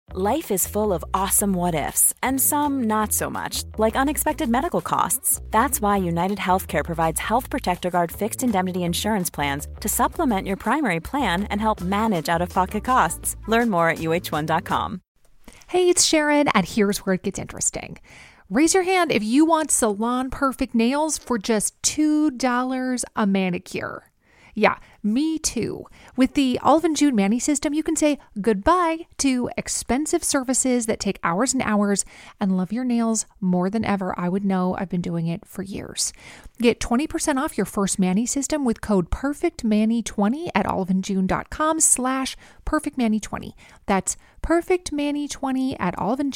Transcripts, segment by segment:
Life is full of awesome what-ifs, and some not so much, like unexpected medical costs. That's why United Healthcare provides Health Protector Guard fixed indemnity insurance plans to supplement your primary plan and help manage out-of-pocket costs. Learn more at uh1.com. Hey, it's Sharon, and here's where it gets interesting. Raise your hand if you want salon perfect nails for just $2 a manicure. Yeah, me too. With the Olive & June Mani system, you can say goodbye to expensive services that take hours and hours and love your nails more than ever. I would know. I've been doing it for years. Get 20% off your first Mani system with code PERFECTMANI20 at oliveandjune.com/PERFECTMANI20. That's PERFECTMANI20 at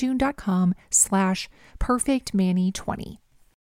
oliveandjune.com/PERFECTMANI20.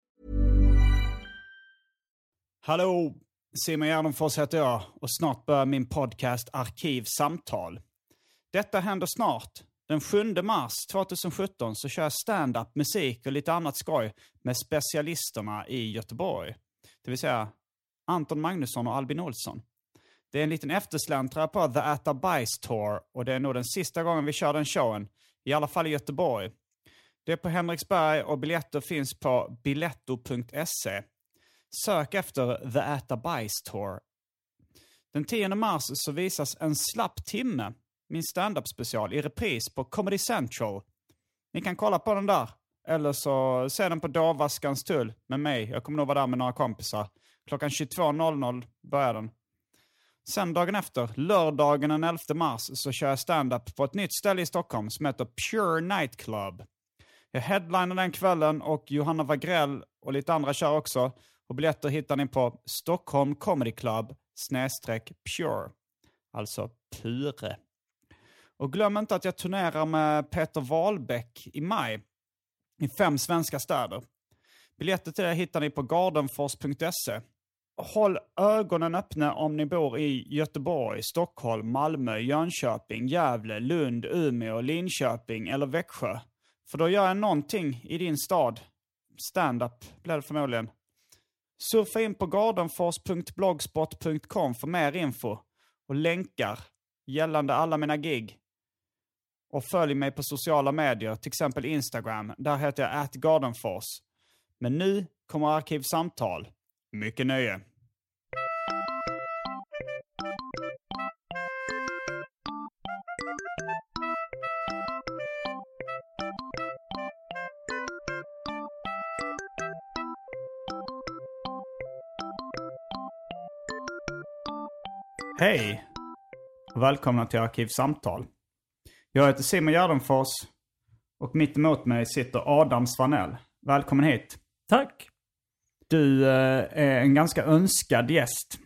Hallå! Simon Gärdenfors heter jag och snart börjar min podcast Arkivsamtal. Detta händer snart. Den 7 mars 2017 så kör jag stand-up, musik och lite annat skoj med specialisterna i Göteborg. Det vill säga Anton Magnusson och Albin Olsson. Det är en liten eftersläntrare på The Äta Bajs Tour och det är nog den sista gången vi kör den showen. I alla fall i Göteborg. Det är på Henriksberg och biljetter finns på biletto.se. Sök efter The Äta Bajs Tour. Den 10 mars så visas En slapp timme, min stand-up special, i repris på Comedy Central. Ni kan kolla på den där. Eller så se den på Dava Skanstull med mig. Jag kommer nog vara där med några kompisar. Klockan 22.00 börjar den. Sen dagen efter, lördagen den 11 mars, så kör jag stand-up på ett nytt ställe i Stockholm som heter Pure Night Club. Jag headliner den kvällen och Johanna Wagrell och lite andra kör också. Och biljetter hittar ni på Stockholm Comedy Club/Pure. Alltså Pure. Och glöm inte att jag turnerar med Peter Wahlbeck i maj. I 5 svenska städer. Biljetter till det hittar ni på gardenfors.se. Håll ögonen öppna om ni bor i Göteborg, Stockholm, Malmö, Jönköping, Gävle, Lund, Umeå, Linköping eller Växjö. För då gör jag någonting i din stad. Stand-up blir det förmodligen. Surfa in på gardenfors.blogspot.com för mer info och länkar gällande alla mina gig. Och följ mig på sociala medier, till exempel Instagram. Där heter jag @gardenfors. Men nu kommer Arkivsamtal. Mycket nöje. Hej! Välkomna till Arkivsamtal. Jag heter Simon Gärdenfors och mitt emot mig sitter Adam Svanell. Välkommen hit. Tack. Du är en ganska önskad gäst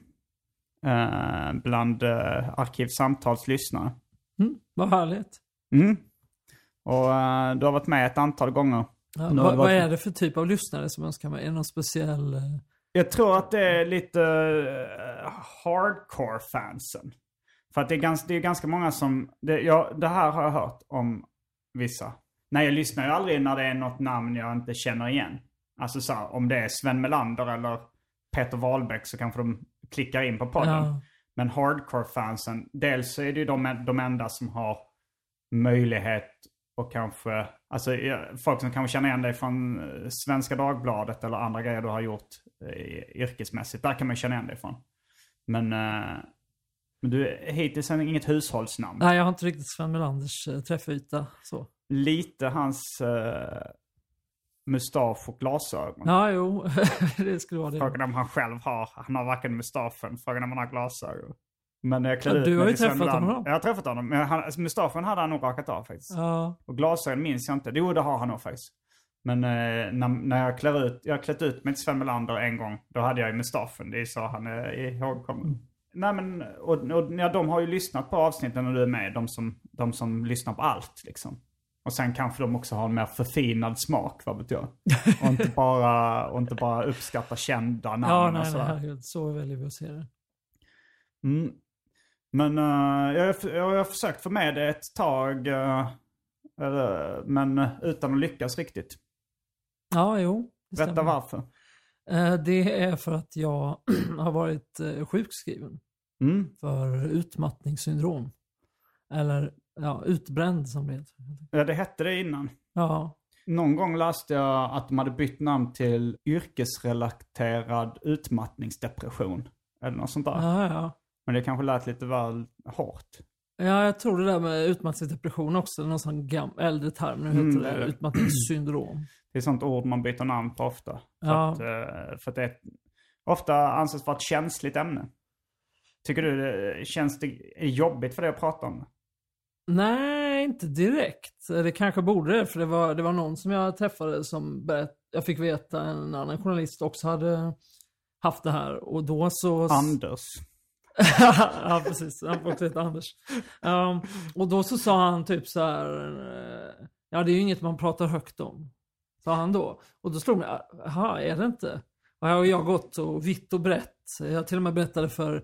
bland Arkivsamtals lyssnare. Vad härligt. Och du har varit med ett antal gånger. Ja, vad är det för typ av lyssnare som önskar mig? Är det någon speciell... Jag tror att det är lite hardcore-fansen. För att det är ganska många som... Det här har jag hört om vissa. Nej, jag lyssnar ju aldrig när det är något namn jag inte känner igen. Alltså så här, om det är Sven Melander eller Peter Wahlbeck så kanske de klickar in på podden. Ja. Men hardcore-fansen, dels så är det ju de enda som har möjlighet och kanske... Alltså folk som kanske känner igen dig från Svenska Dagbladet eller andra grejer du har gjort yrkesmässigt. Där kan man känna igen dig från. Men du är hittills inget hushållsnamn. Nej, jag har inte riktigt Sven Melanders träffyta så. Lite hans mustasch och glasögon. Ja, jo. Det skulle vara det. Frågan om han själv har. Han har varken mustaschen. Frågan om han har glasögon. Men jag du har ju träffat honom då. Jag har träffat honom. Men mustaschen hade han nog rakat av faktiskt. Ja. Och glasögon minns jag inte. Jo, det har han nog faktiskt. Men när jag har klätt ut mig till Sven Melander en gång. Då hade jag ju mustaschen. Det är så han är ihågkommen. Nej men, ja, de har ju lyssnat på avsnitten när du är med. De som lyssnar på allt liksom. Och sen kanske de också har en mer förfinad smak, vad vet jag. Och inte bara uppskatta kända namn. Ja, nej, så väljer vi att se det. Men jag har försökt få med det ett tag. Men utan att lyckas riktigt. Ja, jo. Berätta varför. Det är för att jag har varit sjukskriven. För utmattningssyndrom. Eller utbränd som det heter. Ja, det hette det innan. Ja. Någon gång läste jag att de hade bytt namn till yrkesrelaterad utmattningsdepression. Eller något sånt där. Ja. Men det kanske lät lite väl hårt. Ja, jag tror det där med utmattningsdepression också. Någon sån äldre term. Nu heter det utmattningssyndrom. Det är sånt ord man byter namn på ofta. Ja. För att det ofta anses vara ett känsligt ämne. Tycker du är det jobbigt för dig att prata om det? Nej, inte direkt. Det kanske borde det. För det var någon som jag träffade som jag fick veta en annan journalist också hade haft det här. Och då så... Anders. Ja, precis. Han får också heta Anders. Och då så sa han typ så här... Ja, det är ju inget man pratar högt om. Sa han då. Och då slog mig, jaha, är det inte? Och jag har gått och vitt och brett. Jag till och med berättade för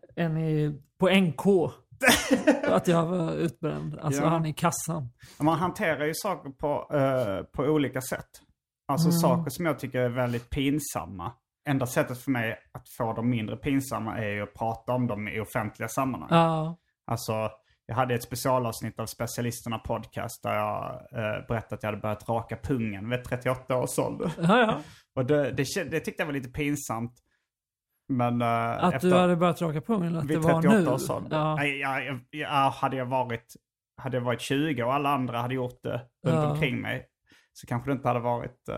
på NK att jag var utbränd. Alltså han i kassan. Man hanterar ju saker på olika sätt. Alltså saker som jag tycker är väldigt pinsamma. Enda sättet för mig att få dem mindre pinsamma är ju att prata om dem i offentliga sammanhang. Ja. Alltså, jag hade ett specialavsnitt av Specialisterna podcast där jag berättade att jag hade börjat raka pungen vid 38 års ålder. Ja. Och det tyckte jag var lite pinsamt. Men, att du hade börjat raka pungen eller att det var nu? Vid 38 års ålder. Ja, hade jag varit 20 och alla andra hade gjort det runt omkring mig så kanske det inte hade varit...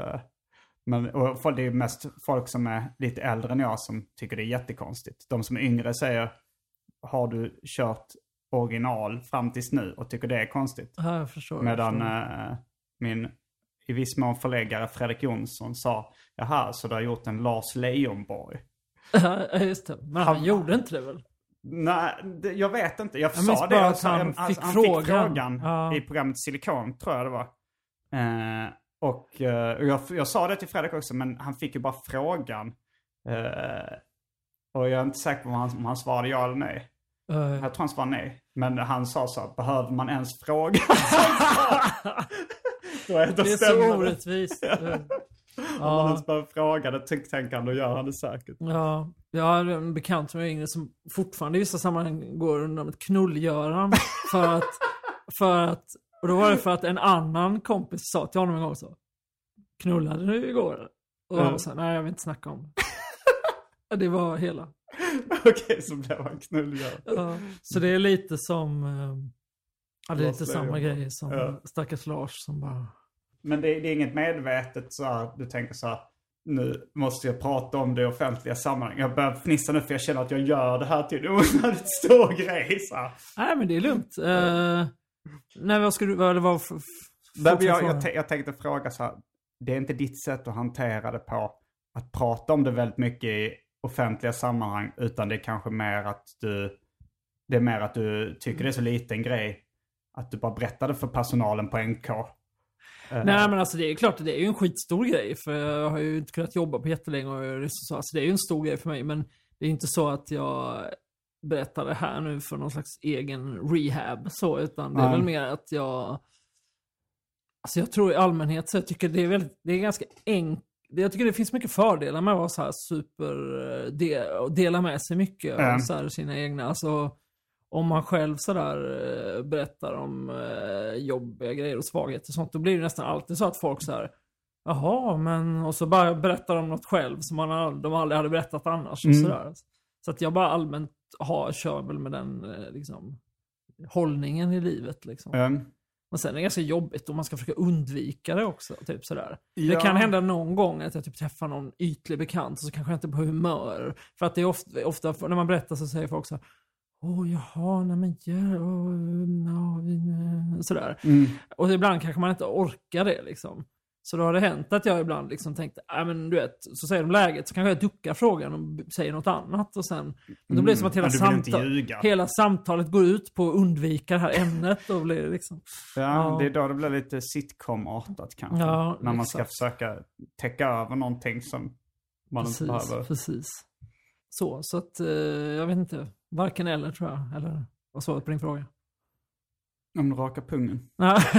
Och det är mest folk som är lite äldre än jag som tycker det är jättekonstigt. De som är yngre säger, har du kört original fram tills nu och tycker det är konstigt? Ja, jag förstår. Medan min i viss mån förläggare Fredrik Jonsson sa, jaha, så du har gjort en Lars Leijonborg. Ja, just det. Men han gjorde inte det väl? Nej, jag vet inte. Jag sa det. Han fick frågan i programmet Silikon, tror jag det var. Och jag sa det till Fredrik också, men han fick ju bara frågan. Och jag är inte säker på om han svarade ja eller nej. Jag tror han svarade nej. Men han sa så, behöver man ens fråga? Det är så orättvist. Om man ens behöver fråga det tycktänkande, då gör han det säkert. Ja, jag har en bekant som är yngre som fortfarande i vissa sammanhang går under ett knullgöran. för att och då var det för att en annan kompis sa till honom en gång så, knullade du igår? Och han sa, nej jag vill inte snacka om det. Det var hela. Okej, så blev han knullgöran. Ja, så det är lite som det är lite samma grej som stackars Lars som bara... Men det är inget medvetet så här, du tänker så här, nu måste jag prata om det i offentliga sammanhang. Jag börjar fnissa nu för jag känner att jag gör det här till en onödigt stor grej. Så här. Nej, men det är lugnt. Nej, vad ska du... Jag tänkte fråga så här, det är inte ditt sätt att hantera det på att prata om det väldigt mycket i offentliga sammanhang, utan det är kanske mer att du tycker det är så liten grej att du bara berättade för personalen på NK. Nej, men alltså det är klart, det är ju en skitstor grej, för jag har ju inte kunnat jobba på jättelänge och så, alltså det är ju en stor grej för mig, men det är inte så att jag berättar det här nu för någon slags egen rehab så, utan det är väl mer att jag tror i allmänhet så jag tycker det är ganska enkelt. Jag tycker det finns mycket fördelar med att vara så här och dela med sig mycket och så här sina egna, alltså om man själv så där berättar om jobbiga grejer och svagheter och sånt, då blir det nästan alltid så att folk så här, jaha, men och så bara berättar de något själv som de aldrig hade berättat annars och sådär. Så att jag bara allmänt kör väl med den liksom hållningen i livet liksom. Men sen är det ganska jobbigt om man ska försöka undvika det också, typ sådär. Ja. Det kan hända någon gång att jag typ träffar någon ytlig bekant och så kanske jag inte är på humör. För att det är ofta när man berättar så säger folk så här, jaha, nej men sådär. Och ibland kanske man inte orkar det liksom. Så då har det hänt att jag ibland liksom tänkte, men du vet, så säger de läget, så kanske jag duckar frågan och säger något annat och sen, då blir det som att hela samtalet går ut på att undvika det här ämnet och blir liksom. Ja, det är då det blir lite sitcom-artat kanske. Ja, när man ska försöka täcka över någonting som man inte behöver. Precis. Så att jag vet inte, varken eller tror jag, eller vad svaret på din fråga? Om du rakar pungen.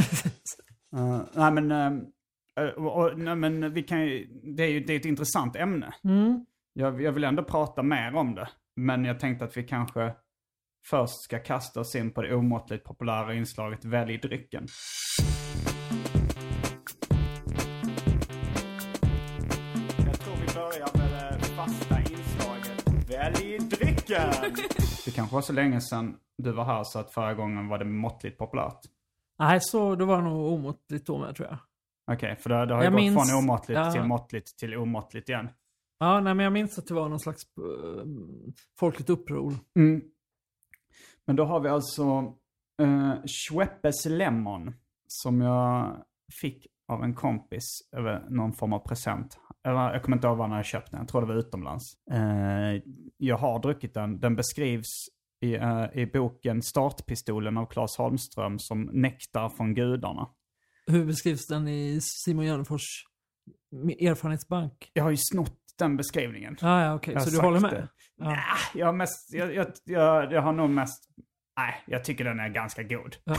Nej men vi kan ju, det är ett intressant ämne. Jag vill ändå prata mer om det. Men jag tänkte att vi kanske först ska kasta oss in på det omåttligt populära inslaget Välj drycken. Jag tror vi börjar med det fasta inslaget Välj drycken. Det kanske var så länge sedan du var här så att förra gången var det måttligt populärt. Nej, så det var nog omåttligt då med, tror jag. Okej, för det har ju gått från omåttligt till måttligt till omåttligt igen. Ja, nej, men jag minns att det var någon slags folkligt uppror. Mm. Men då har vi alltså Schweppes Lemon som jag fick av en kompis över någon form av present. Jag kommer inte ihåg vad han hade köpt den. Jag tror det var utomlands. Jag har druckit den. Den beskrivs i boken Startpistolen av Claes Holmström som nektar från gudarna. Hur beskrivs den i Simon Gärdenfors erfarenhetsbank? Jag har ju snott den beskrivningen. Ja, okej. Så du håller med? Ja. Jag har nog mest... Nej, jag tycker den är ganska god. Ja.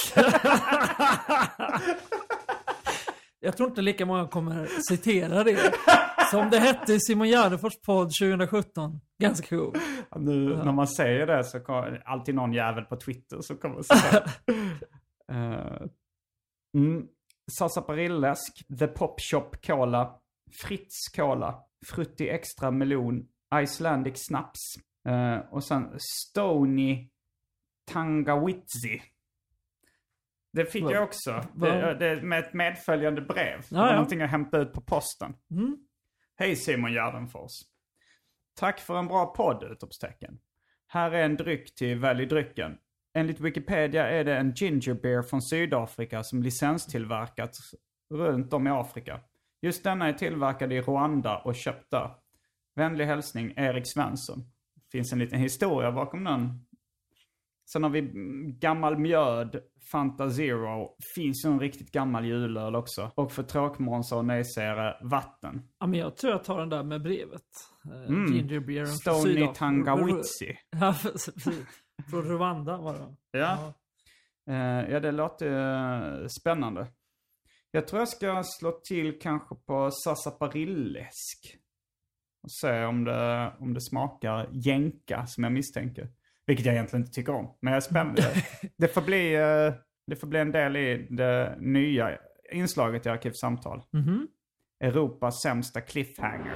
Jag tror inte lika många kommer citera det. Som det hette i Simon Gärdenfors podd 2017. Ganska god. Nu när man säger det så kommer alltid någon jävel på Twitter så kommer säga. Sarsaparilläsk, The Pop Shop Cola, Fritz Cola, Frutti Extra Melon, Icelandic Snaps och sen Stony Tangawitzi. Det fick jag också. Det med ett medföljande brev. Det var någonting jag hämtade ut på posten. Hej Simon Gärdenfors. Tack för en bra podd, utropstecken. Här är en dryck till Välj drycken. Enligt Wikipedia är det en ginger beer från Sydafrika som licenstillverkats runt om i Afrika. Just denna är tillverkad i Rwanda och köpt där. Vänlig hälsning Erik Svensson. Det finns en liten historia bakom den. Sen har vi gammal mjöd, Fanta Zero. Finns en riktigt gammal julöl också. Och för tråkmånsar och nejsägare, vatten. Ja, men jag tror jag tar den där med brevet. Ginger beer från Stony Tangawitzi. Ja, från Rwanda var det. Ja. Ja, det låter spännande. Jag tror jag ska slå till kanske på sarsaparilläsk. Och se om det smakar jänka som jag misstänker. Vilket jag egentligen inte tycker om. Men jag är spänd. Det får bli en del i det nya inslaget i Arkivsamtal. Europas sämsta cliffhanger.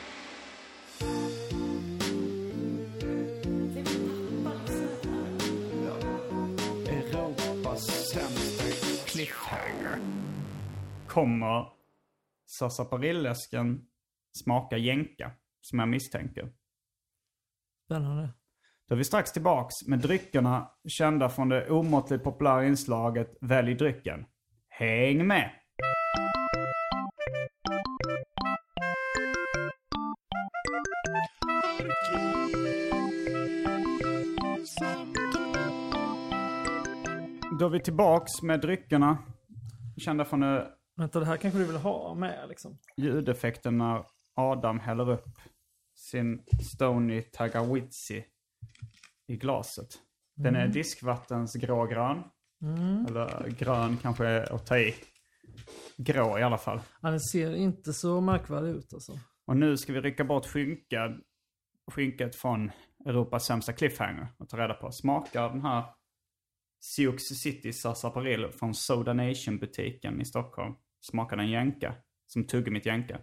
Europas sämsta cliffhanger. Kommer sarsaparilläsken smaka jänka som jag misstänker. Spännande. Då är vi strax tillbaks med dryckerna kända från det omåttligt populära inslaget Välj drycken. Häng med! Då är vi tillbaks med dryckerna kända från det... Vänta, det här kanske du vill ha med liksom. Ljudeffekten när Adam häller upp sin Stony Tangawitzi i glaset. Den är diskvattens grågrön. Eller grön kanske är att ta i. Grå i alla fall. Ja, den ser inte så märkvärdig ut alltså. Och nu ska vi rycka bort skynket från Europas sämsta cliffhanger. Och ta reda på. Smakar den här Sioux City Sarsaparill från Soda Nation-butiken i Stockholm. Smakar den jänka? Som tuggar mitt jänka.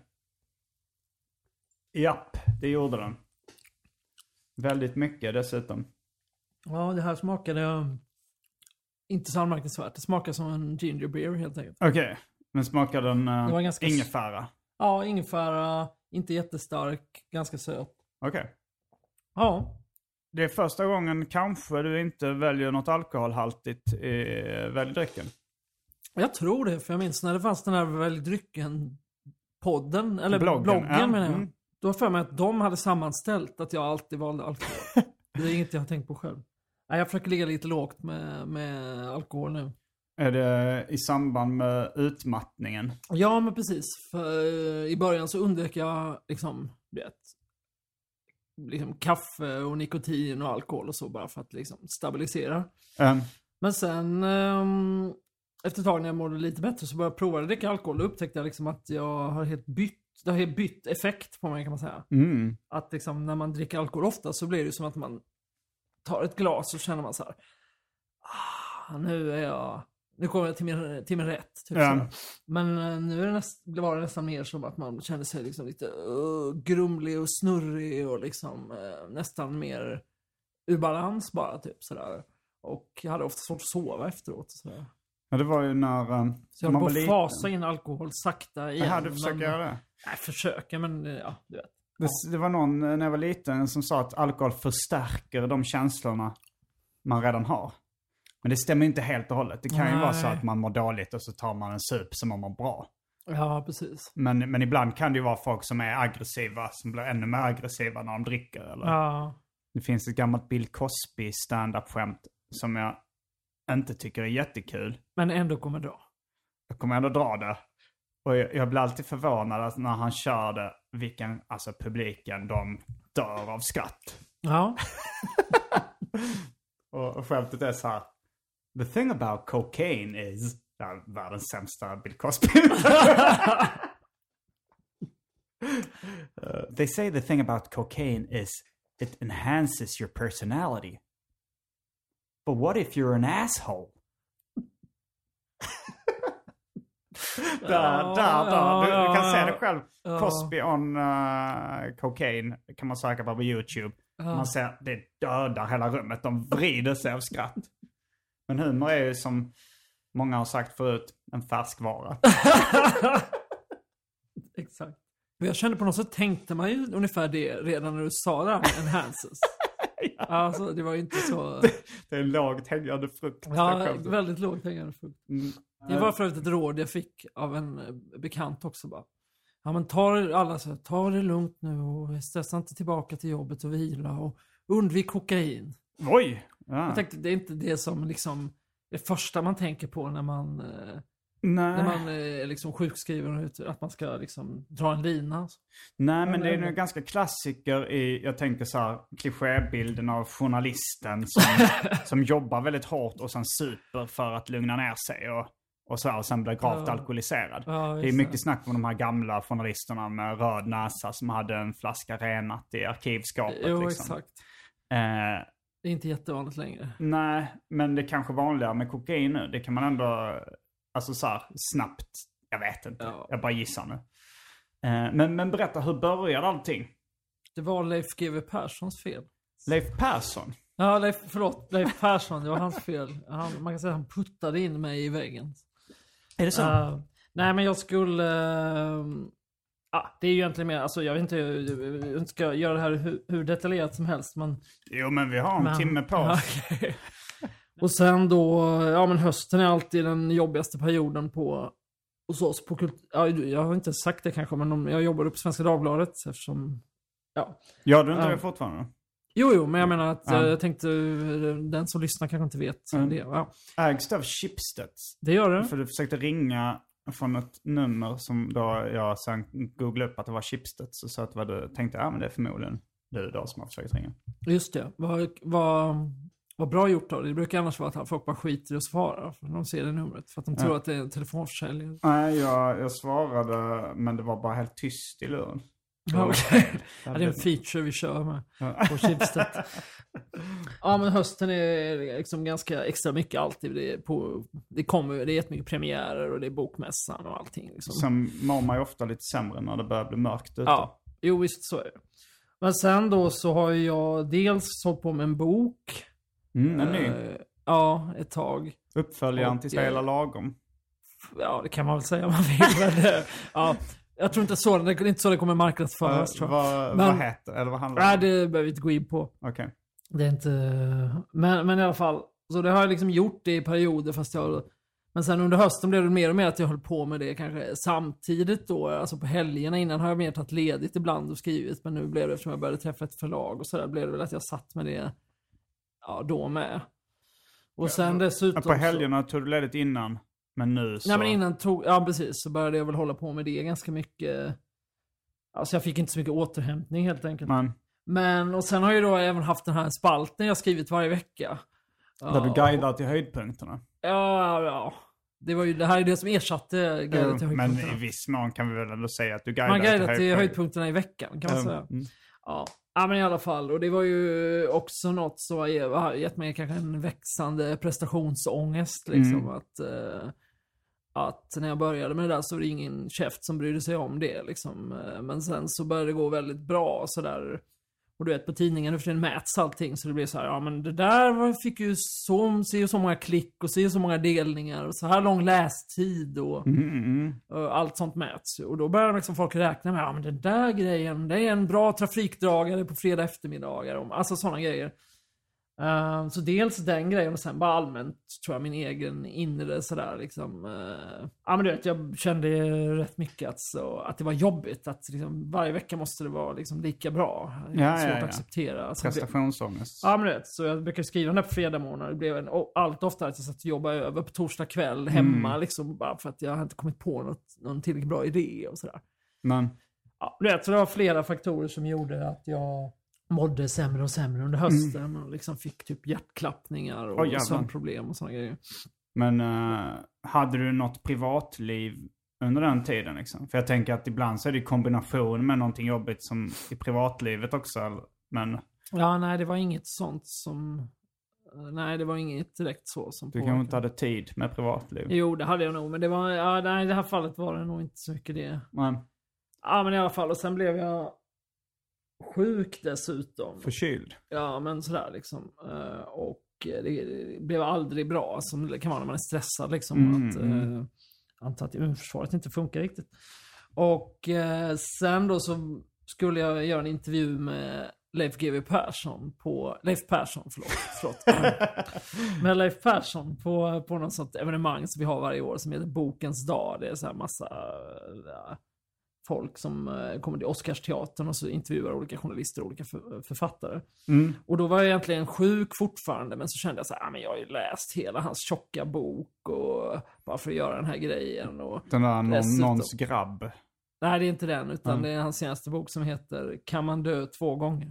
Japp, det gjorde den. Väldigt mycket dessutom. Ja, det här smakade inte så anmärkningsvärt. Det smakar som en ginger beer helt enkelt. Okej, men smakar den ingefära? Ja, ingefära. Inte jättestark. Ganska söt. Okej. Ja. Det är första gången kanske du inte väljer något alkoholhaltigt i Välj drycken. Jag tror det, för jag minns när det fanns den här Välj drycken-podden. Eller bloggen menar jag. Då var för mig att de hade sammanställt att jag alltid valde alkohol. Det är inget jag har tänkt på själv. Nej, jag försöker ligga lite lågt med alkohol nu. Är det i samband med utmattningen? Ja, men precis. För i början så undvek jag liksom kaffe och nikotin och alkohol och så bara för att liksom stabilisera. Men sen efter ett tag när jag mådde lite bättre så började jag prova att dricka alkohol och upptäckte jag liksom att jag har det har bytt effekt på mig kan man säga. Att liksom när man dricker alkohol ofta så blir det som att man tar ett glas så känner man så här, nu kommer jag till min rätt. Typ så. Men nu är det var det nästan mer som att man kände sig liksom lite grumlig och snurrig och liksom nästan mer ur balans bara typ sådär. Och jag hade ofta svårt att sova efteråt. Sådär. Ja, det var ju när så jag höll på att fasa in alkohol sakta igen. Jaha, du försöker göra det? Nej, försöker, men ja, du vet. Det var någon när jag var liten som sa att alkohol förstärker de känslorna man redan har. Men det stämmer inte helt och hållet. Det kan ju vara så att man mår dåligt och så tar man en sup som man mår bra. Ja, precis. Men ibland kan det ju vara folk som är aggressiva som blir ännu mer aggressiva när de dricker. Eller? Ja. Det finns ett gammalt Bill Cosby stand-up-skämt som jag inte tycker är jättekul. Men ändå kommer dra. Jag kommer ändå dra det. Och jag blir alltid förvånad när han kör det, publiken, de dör av skratt. Ja. och skämtet är så här: the thing about cocaine is... världens sämsta Bill Cosby. They say the thing about cocaine is it enhances your personality. But what if you're an asshole? Du kan se det själv. Cosby on cocaine kan man söka på YouTube. Man ser det dödar hela rummet. De vrider sig av skratt. Men humor är ju som många har sagt förut en färskvara. Exakt. Jag kände på något sätt tänkte man ju ungefär det redan när du sa det här enhances. Ja. Alltså det var ju inte så... Det är en lågt hängande frukt. Ja, väldigt lågt hängande frukt. Det var för ett råd jag fick av en bekant också bara. Ja, men ta det lugnt nu och stressa inte tillbaka till jobbet och vila och undvik kokain. Oj! Ja. Jag tänkte det är inte det som liksom det första man tänker på när man är liksom sjukskriven och att man ska liksom dra en lina. Nej, men det är nog ganska klassiker i, jag tänker så här, klichébilden av journalisten som jobbar väldigt hårt och sen super för att lugna ner sig och så här, och sen blir gravt alkoholiserad. Ja, det är mycket snack om de här gamla journalisterna med röd näsa som hade en flaska renat i arkivskapet. Jo, liksom. Exakt. Det är inte jättevanligt längre. Nej, men det är kanske vanligare med kokain nu. Det kan man ändå, alltså så här, snabbt. Jag vet inte, jag bara gissar nu. Men berätta, hur började allting? Det var Leif GW Perssons fel. Leif Persson? Ja, Leif Persson, det var hans fel. Man kan säga att han puttade in mig i väggen. Är det så? Nej, men jag skulle... det är ju egentligen mer, alltså jag vet inte, jag ska göra det här hur detaljerat som helst, men... Jo, men vi har en timme på oss. Okay. Och sen då, men hösten är alltid den jobbigaste perioden hos oss på jag har inte sagt det kanske, men jag jobbar på Svenska Dagbladet eftersom, Ja, du inte det fortfarande? Jo, men jag menar att jag tänkte, den som lyssnar kanske inte vet det. Ja. Ägs det av Schibsted? Det gör det. För du försökte ringa från ett nummer som då jag sen googlade upp att det var Schibsted, så sa att det var du tänkte, men det är förmodligen du då som har försökt ringa. Just det. Vad bra gjort då. Det brukar annars vara att folk bara skiter i att svara för de ser det numret. För att de tror att det är en telefonförsäljning. Nej, jag svarade, men det var bara helt tyst i luren. Okay. Det är en feature vi kör med på Schibsted. Ja, men hösten är liksom ganska extra mycket alltid. Det är jättemycket premiärer och det är bokmässan och allting. Liksom. Sen mår man ju ofta lite sämre när det börjar bli mörkt ute. Ja, jo visst så är det. Men sen då så har jag dels hållit på med en bok. En ny? Ja, ett tag. Uppföljaren till Spela lagom. Ja, det kan man väl säga om man vill. Men, jag tror inte så. Det är inte så det kommer marknadsföras. Vad heter eller vad handlar det om? Nej, det behöver vi inte gå in på. Okay. Det är inte... Men i alla fall. Så det har jag liksom gjort det i perioder Men sen under hösten blev det mer och mer att jag höll på med det kanske samtidigt då. Alltså på helgerna innan har jag mer tagit ledigt ibland och skrivit. Men nu blev det, eftersom jag började träffa ett förlag och sådär, blev det väl att jag satt med det då med. Och sen dessutom... På helgerna tog du ledigt innan? Men nu så... Nej, men innan precis, så började jag väl hålla på med det ganska mycket. Alltså jag fick inte så mycket återhämtning helt enkelt. Men och sen har jag då även haft den här spalten jag skrivit varje vecka. Där du guidar till höjdpunkterna. Ja. Det här är det som ersatte guidar till höjdpunkterna. Men i viss mån kan vi väl ändå säga att du guidar till höjdpunkterna i veckan, kan man säga. Ja. Ja, men i alla fall. Och det var ju också något som har gett mig kanske en växande prestationsångest. Liksom. Att när jag började med det där så var det ingen käft som brydde sig om det. Liksom. Men sen så började det gå väldigt bra. Så där. Och du vet, på tidningen för den mäts allting. Så det blev så här, ja men det där fick ju så många klick och så många delningar. Och så här lång lästid och allt sånt mäts. Och då började liksom folk räkna med, ja men den där grejen, det är en bra trafikdragare på fredag eftermiddagar. Alltså sådana grejer. Så dels den grejen och sen bara allmänt tror jag min egen inre sådär liksom. Ja men du vet, jag kände rätt mycket att det var jobbigt att liksom, varje vecka måste det vara liksom lika bra. Svårt att acceptera. Alltså, prestationsångest. Ja men du vet, så jag brukar skriva den där på fredag morgon. Det blev allt oftare att jag satt och jobbade över på torsdag kväll hemma liksom, bara för att jag inte kommit på någon tillräckligt bra idé och sådär. Men ja, du vet, så det var flera faktorer som gjorde att jag mådde sämre och sämre under hösten och liksom fick typ hjärtklappningar och sömnproblem och såna grejer. Men hade du något privatliv under den tiden liksom? För jag tänker att ibland så är det kombination med någonting jobbigt som i privatlivet också, men... Ja, nej, det var inget sånt som... Nej, det var inget direkt så som du kanske inte hade tid med privatliv? Jo, det hade jag nog, men det var... Ja, nej, i det här fallet var det nog inte så mycket det. Men... Ja, men i alla fall, och sen blev jag sjuk dessutom. Förkyld? Ja, men sådär liksom. Och det blev aldrig bra, som det kan vara när man är stressad liksom. Antar att immunförsvaret inte funkar riktigt. Och sen då så skulle jag göra en intervju med Leif Persson på något sånt evenemang som vi har varje år som heter Bokens dag. Det är så här massa folk som kommer till Oscarsteatern och så intervjuar olika journalister och olika författare. Och då var jag egentligen sjuk fortfarande, men så kände jag så här, men jag har ju läst hela hans tjocka bok och bara för att göra den här grejen. Och den där någons grabb. Nej, det är inte den, utan det är hans senaste bok som heter Kan man dö 2 gånger?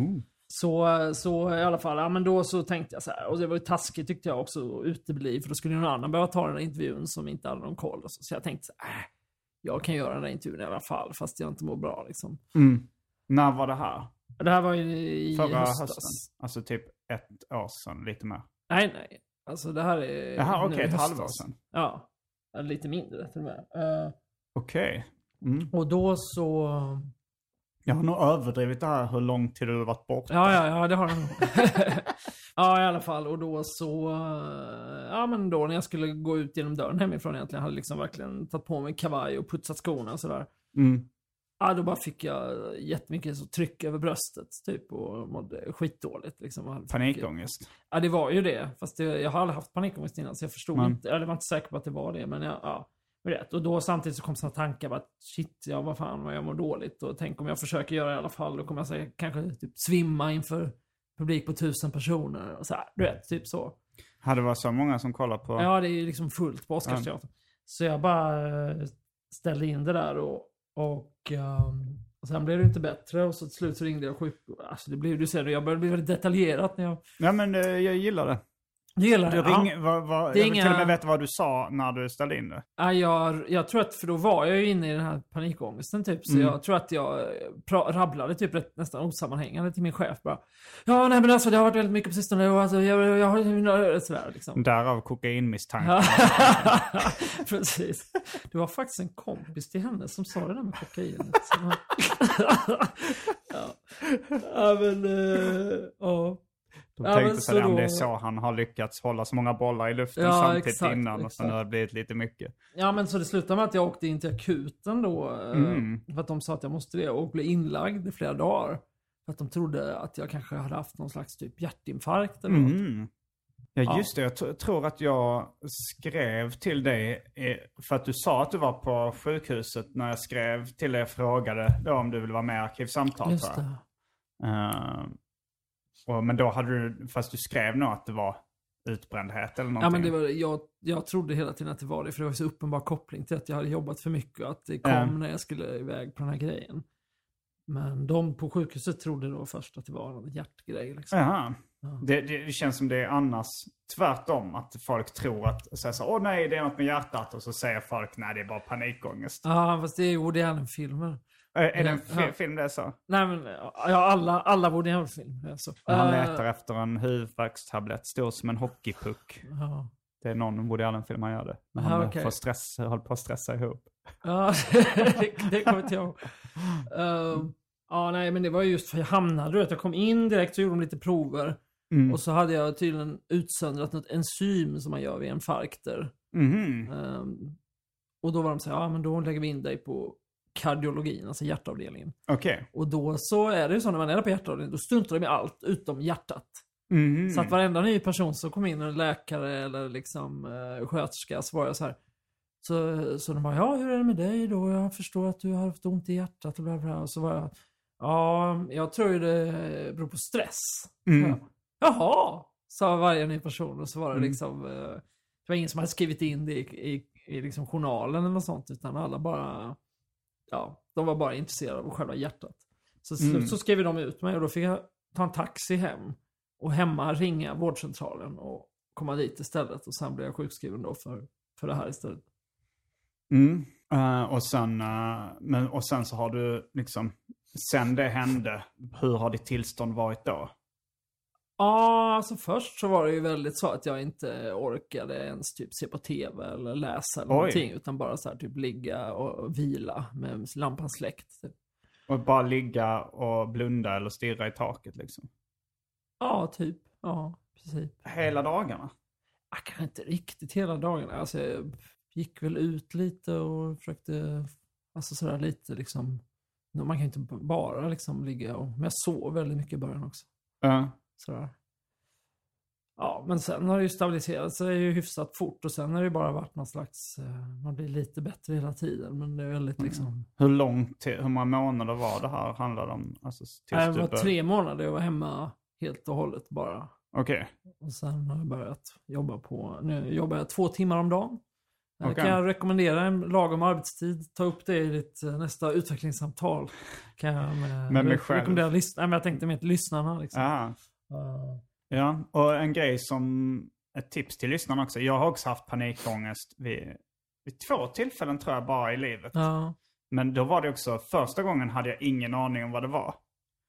Så i alla fall, ja, men då så tänkte jag så här, och det var ju taskigt tyckte jag också utebli, för då skulle någon annan behöva ta den här intervjun som inte hade någon koll. Så jag tänkte så här, jag kan göra den här intervjun i alla fall, fast jag inte mår bra liksom. När var det här? Det här var ju i förra höstas. hösten? Alltså typ 1 år sedan, lite mer? Nej. Alltså det här är... Jaha, okej, ett halvår sedan. Ja, lite mindre till och med. Okej. Och då så... Jag har nog överdrivit det här hur lång tid du har varit borta. Ja, det har jag nog. Ja, i alla fall. Och då så... Ja, men då när jag skulle gå ut genom dörren hemifrån egentligen, hade liksom verkligen tagit på mig kavaj och putsat skorna och sådär. Ja, då bara fick jag jättemycket så tryck över bröstet typ och mådde skitdåligt liksom. Panikångest? Ja, det var ju det. Fast jag har aldrig haft panikångest innan, så jag förstod inte, eller var inte säker på att det var det, men ja. Rätt. Och då samtidigt så kom såna tankar att shit, vad fan vad jag mår dåligt, och tänk om jag försöker göra i alla fall, då kommer jag säga, kanske typ svimma inför publik på 1000 personer och så här, du vet, typ så. Hade det varit så många som kollar på? Ja, det är ju liksom fullt på Oscarsteatern. Så jag bara ställde in det där och sen blev det inte bättre, och så till slut så ringde jag alltså det blev, du ser det, jag började bli väldigt detaljerat när jag... Ja, men jag gillar det. Jag till och med vet vad du sa när du ställde in det. Ja, jag tror att, för då var jag ju inne i den här panikångesten typ, så jag tror att jag rabblade typ nästan osammanhängande till min chef bara. Ja, nej men alltså det har varit väldigt mycket på sistone, och alltså jag har sådär liksom. Därav kokainmisstankar. Precis. Det var faktiskt en kompis till henne som sa det där med kokainet. Ja, men ja. De tänkte så om det är så han har lyckats hålla så många bollar i luften samtidigt exakt, innan, och sen har det blivit lite mycket. Ja, men så det slutade med att jag åkte in till akuten då, för att de sa att jag måste det, och blev inlagd i flera dagar. För att de trodde att jag kanske hade haft någon slags typ hjärtinfarkt eller något. Ja, just det. Jag tror att jag skrev till dig för att du sa att du var på sjukhuset när jag skrev till dig och frågade då om du ville vara med i Arkivsamtal. Just det. Men då hade du, fast du skrev nog att det var utbrändhet eller någonting. Ja, men det var, jag trodde hela tiden att det var det, för det var så uppenbar koppling till att jag hade jobbat för mycket och att det kom när jag skulle iväg på den här grejen. Men de på sjukhuset trodde då först att det var en hjärtgrej liksom. Jaha. Ja. Det känns som det är annars tvärtom, att folk tror att säger så, åh nej, det är något med hjärtat, och så säger folk nej, det är bara panikångest. Ja, fast det är Woody Allen-filmer. Är det en film det är så? Nej men, alla Woody Allen-film är så. Han letar efter en huvudvärkstablett stor som en hockeypuck. Ja. Det är någon Woody Allen-film han gör det. Men han håller på att stressa ihop. Ja, det kommer inte jag. Nej men det var just för jag hamnade, jag kom in direkt så gjorde de lite prover. Och så hade jag tydligen utsöndrat något enzym som man gör vid infarkter. Och då var de så här, men då lägger vi in dig på kardiologin, alltså hjärtavdelningen. Okay. Och då så är det ju så när man är där på hjärtavdelningen, då struntar de i allt utom hjärtat. Så att varenda ny person som kom in, en läkare eller liksom sköterska, så var jag så här. Så de bara, hur är det med dig då? Jag förstår att du har haft ont i hjärtat och bla bla. Och så var jag, jag tror ju det beror på stress. Jaha, sa varje ny person. Och så var det liksom, det var ingen som hade skrivit in det i liksom journalen eller något sånt, utan alla bara, de var bara intresserade av själva hjärtat. Så skrev de ut mig och då fick jag ta en taxi hem och hemma ringa vårdcentralen och komma dit istället, och sen blev jag sjukskriven då för det här istället. Och sen så har du liksom, sen det hände, hur har ditt tillstånd varit då? Ja, alltså först så var det ju väldigt så att jag inte orkade ens typ se på tv eller läsa eller någonting, utan bara så här typ ligga och vila med lampan släckt. Typ. Och bara ligga och blunda eller stirra i taket liksom? Ja, typ. Ja, precis. Hela dagarna? Jag kan inte riktigt hela dagarna. Alltså jag gick väl ut lite och försökte, alltså sådär lite liksom, man kan ju inte bara liksom ligga men jag sov väldigt mycket i början också. Sådär. Ja, men sen har det ju stabiliserat sig ju hyfsat fort, och sen har det ju bara varit någon slags, man blir lite bättre hela tiden, men det är väldigt liksom. Hur många månader var det här handlade om? Alltså, det var 3 månader jag var hemma helt och hållet bara. Okej. Och sen har jag börjat nu jobbar jag 2 timmar om dagen. Kan jag rekommendera en lagom arbetstid? Ta upp det i ditt nästa utvecklingssamtal. Kan jag med mig själv? Rekommendera men jag tänkte med lyssnarna. Liksom. Ja, och en grej som ett tips till lyssnarna också. Jag har också haft panikångest vid 2 tillfällen tror jag bara i livet. Ja. Men då var det också, första gången hade jag ingen aning om vad det var.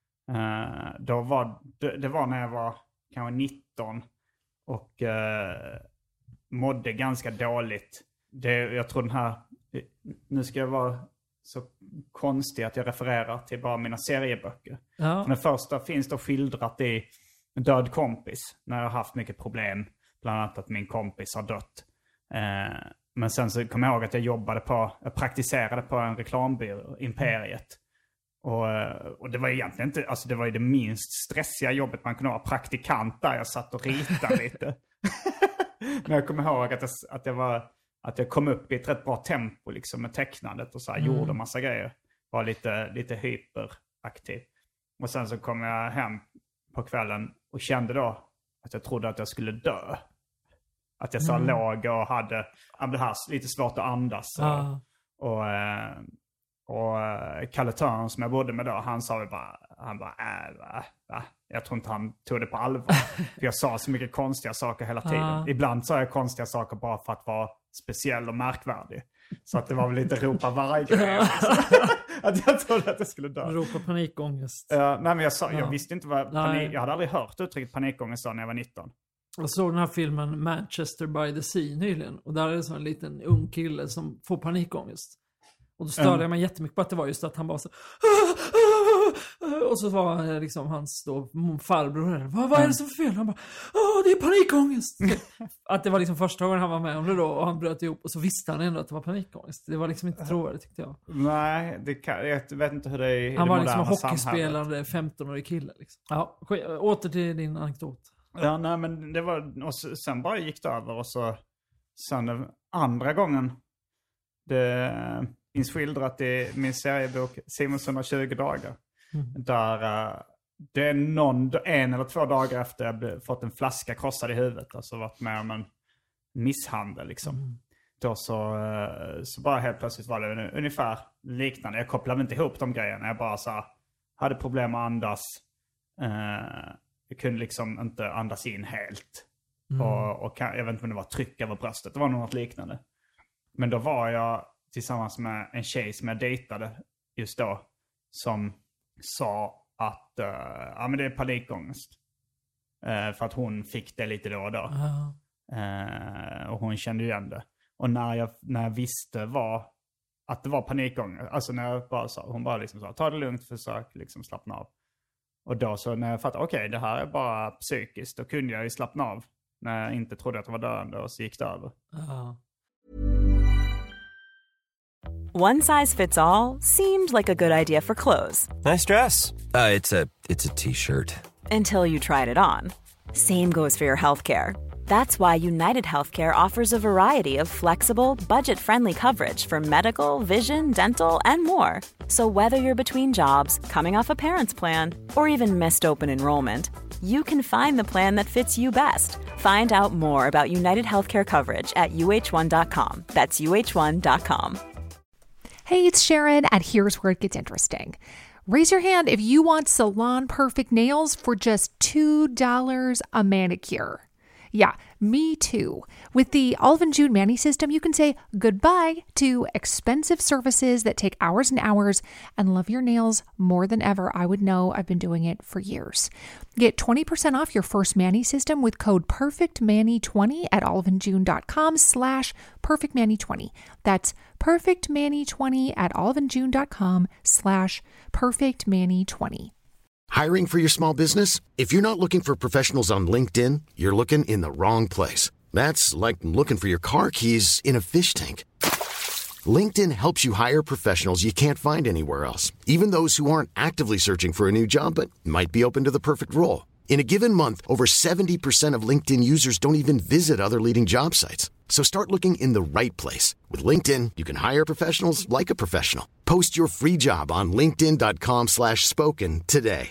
Det var när jag var kanske 19 och mådde ganska dåligt. Jag tror den här, nu ska jag vara så konstig att jag refererar till bara mina serieböcker. Ja. Den första finns då skildrat i Död kompis, när jag har haft mycket problem. Bland annat att min kompis har dött. Men sen så kom jag ihåg att jag praktiserade på en reklambyrå, Imperiet. Och det var egentligen inte, alltså det var ju det minst stressiga jobbet man kunde ha, praktikant där. Jag satt och ritade lite. Men jag kommer ihåg att jag kom upp i ett rätt bra tempo liksom med tecknandet och så här, gjorde massa grejer. Var lite hyperaktiv. Och sen så kom jag hem på kvällen och kände då att jag trodde att jag skulle dö. Att jag så låg och hade det här lite svårt att andas. Och Kalle Törn som jag bodde med då, han sa va? Jag tror inte han tog det på allvar. För jag sa så mycket konstiga saker hela tiden. Ibland sa jag konstiga saker bara för att vara speciell och märkvärdig. Så att det var väl lite ropa varje grej. Att jag trodde att jag skulle dö. Ropa panikångest. Nej men jag visste inte vad jag hade aldrig hört uttrycket panikångest när jag var 19. Jag såg den här filmen Manchester by the Sea nyligen. Och där är det så en liten ung kille som får panikångest. Och då störde jag mig jättemycket på att det var just att han bara så. Och så var liksom hans då farbror. Vad är det som är fel? Han bara, det är panikångest. Att det var liksom första gången han var med om det då. Och han bröt ihop. Och så visste han ändå att det var panikångest. Det var liksom inte trovärdigt tyckte jag. Nej, jag vet inte hur det är i han det var liksom en hockeyspelande 15-årig kille liksom. Ja, åter till din anekdot. Ja, nej men det var. Och sen bara gick det över. Och så sen den andra gången. Det finns skildrat i min seriebok Simons 120 dagar. Där det är en eller 2 dagar efter jag fått en flaska krossad i huvudet. Alltså varit med om en misshandel liksom. Då så bara helt plötsligt var det ungefär liknande. Jag kopplade inte ihop de grejerna. Jag bara så hade problem att andas. Jag kunde liksom inte andas in helt. Och jag vet inte om det var tryck över bröstet. Det var något liknande. Men då var jag tillsammans med en tjej som jag dejtade just då. som sa att men det är panikångest. För att hon fick det lite då och då. Och hon kände igen det. Och när jag visste att det var panikångest, alltså när jag bara sa, hon bara liksom sa, ta det lugnt, försök liksom slappna av. Och då så när jag fattade, okej, det här är bara psykiskt, då kunde jag ju slappna av. När jag inte trodde att det var döende, och så gick det över. One size fits all seemed like a good idea for clothes. Nice dress. It's a t-shirt. Until you tried it on. Same goes for your healthcare. That's why United Healthcare offers a variety of flexible, budget-friendly coverage for medical, vision, dental, and more. So whether you're between jobs, coming off a parent's plan, or even missed open enrollment, you can find the plan that fits you best. Find out more about United Healthcare coverage at uh1.com. That's uh1.com. Hey, it's Sharon, and here's where it gets interesting. Raise your hand if you want salon perfect nails for just $2 a manicure. Yeah, me too. With the Olive & June Mani system, you can say goodbye to expensive services that take hours and hours and love your nails more than ever. I would know. I've been doing it for years. Get 20% off your first Mani system with code PERFECTMANI20 at oliveandjune.com/PERFECTMANI20. That's PERFECTMANI20 at oliveandjune.com/PERFECTMANI20. Hiring for your small business? If you're not looking for professionals on LinkedIn, you're looking in the wrong place. That's like looking for your car keys in a fish tank. LinkedIn helps you hire professionals you can't find anywhere else, even those who aren't actively searching for a new job but might be open to the perfect role. In a given month, over 70% of LinkedIn users don't even visit other leading job sites. So start looking in the right place. With LinkedIn, you can hire professionals like a professional. Post your free job on linkedin.com/spoken today.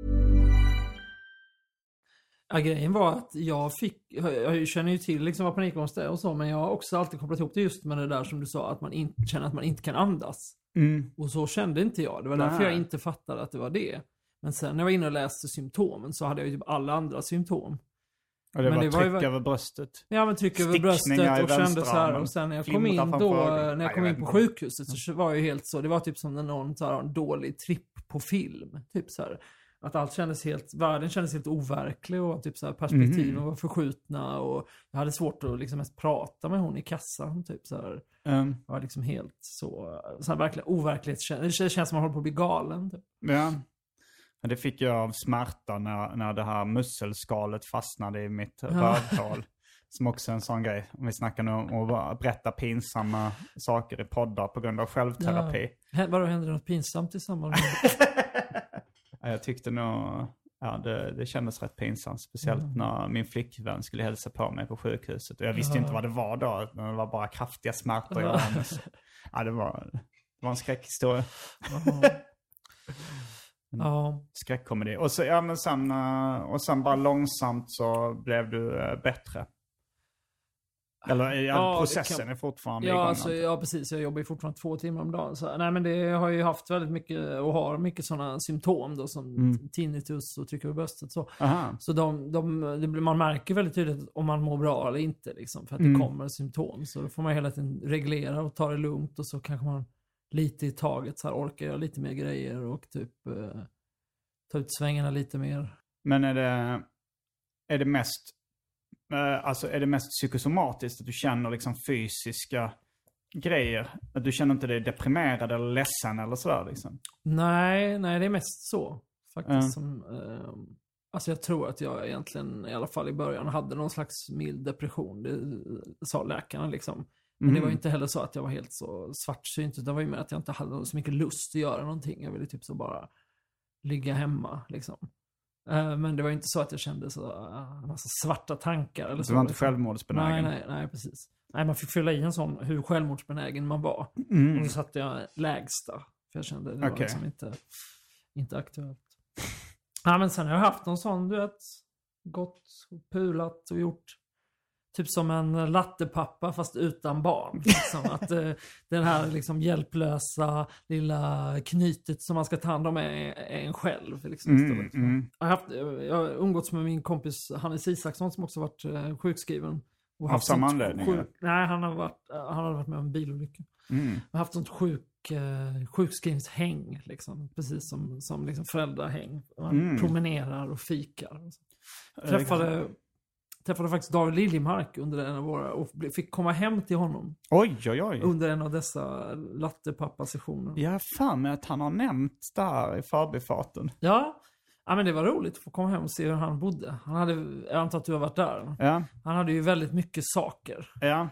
Ja, grejen var att jag känner ju till liksom vad panikångest är och så, men jag har också alltid kopplat ihop det just med det där som du sa, att man inte känner att man inte kan andas. Och så kände inte jag. Det var därför jag inte fattade att det var det. Men sen när jag var inne och läste symptomen så hade jag ju typ alla andra symptom. Och det var tryck över bröstet. Ja, men tryck över bröstet och kände så här. Och sen när jag kom in på sjukhuset så var jag helt så. Det var typ som när någon så här, en dålig tripp på film. Typ så här. Att allt världen kändes helt overklig och typ så här, perspektiven var förskjutna och jag hade svårt att liksom ens prata med hon i kassan. Typ så här. Jag var liksom helt så här verkligen overklighetskänsla. Det känns som att man håller på att bli galen. Typ. Ja. Det fick jag av smärta när det här musselskalet fastnade i mitt rövhål. Som också är en sån grej. Om vi snackar nu om att berätta pinsamma saker i poddar på grund av självterapi. Ja. Vadå, hände det något pinsamt i samband med Jag tyckte nog... Ja, det kändes rätt pinsamt. Speciellt när min flickvän skulle hälsa på mig på sjukhuset. Och jag visste inte vad det var då. Men det var bara kraftiga smärtor. Ja, det var en skräckhistoria. Skräckkomedi. Och så, ja, men sen bara långsamt så blev du bättre. Eller processen är fortfarande igång. Alltså, precis. Jag jobbar ju fortfarande 2 timmar om dagen. Så, nej, men det har ju haft väldigt mycket och har mycket sådana symptom då, som tinnitus och tryck över bröstet. Så man märker väldigt tydligt om man mår bra eller inte. Liksom, för att det kommer symptom. Så då får man hela tiden reglera och ta det lugnt. Och så kanske man lite i taget så här orkar jag lite mer grejer och typ ta ut svängarna lite mer. Men är det mest psykosomatiskt att du känner liksom fysiska grejer? Att du känner inte dig deprimerad eller ledsen eller sådär liksom? Nej, det är mest så faktiskt. Alltså jag tror att jag egentligen i alla fall i början hade någon slags mild depression. Det sa läkarna liksom. Men det var inte heller så att jag var helt så svartsynt. Det var ju mer att jag inte hade så mycket lust att göra någonting. Jag ville typ så bara ligga hemma liksom. Men det var inte så att jag kände så en massa svarta tankar eller så. Du var inte självmordsbenägen? Nej, precis. Nej, man fick fylla i en sån hur självmordsbenägen man var. Och så satte jag lägsta. För jag kände det var liksom inte aktuellt. Ja, men sen har jag haft någon sån, du vet, gått och pulat och gjort typ som en lattepappa fast utan barn. Liksom. Att den här liksom hjälplösa lilla knytet som man ska ta hand om är en själv. Liksom. Jag har umgåtts med min kompis Hannes Isaksson som också varit sjukskriven Av samma anledning? Nej, han hade varit med om en bilolycka. Han har haft sånt sjukskrivningshäng liksom, precis som liksom föräldrahäng. Man promenerar och fikar. Träffade faktiskt David Liljemark under en av våra och fick komma hem till honom. Oj. Under en av dessa lattepappa-sessioner. Jag har fan med att han har nämnt där i förbifarten. Ja, men det var roligt att få komma hem och se hur han bodde. Jag antar att du har varit där. Ja. Han hade ju väldigt mycket saker. Ja.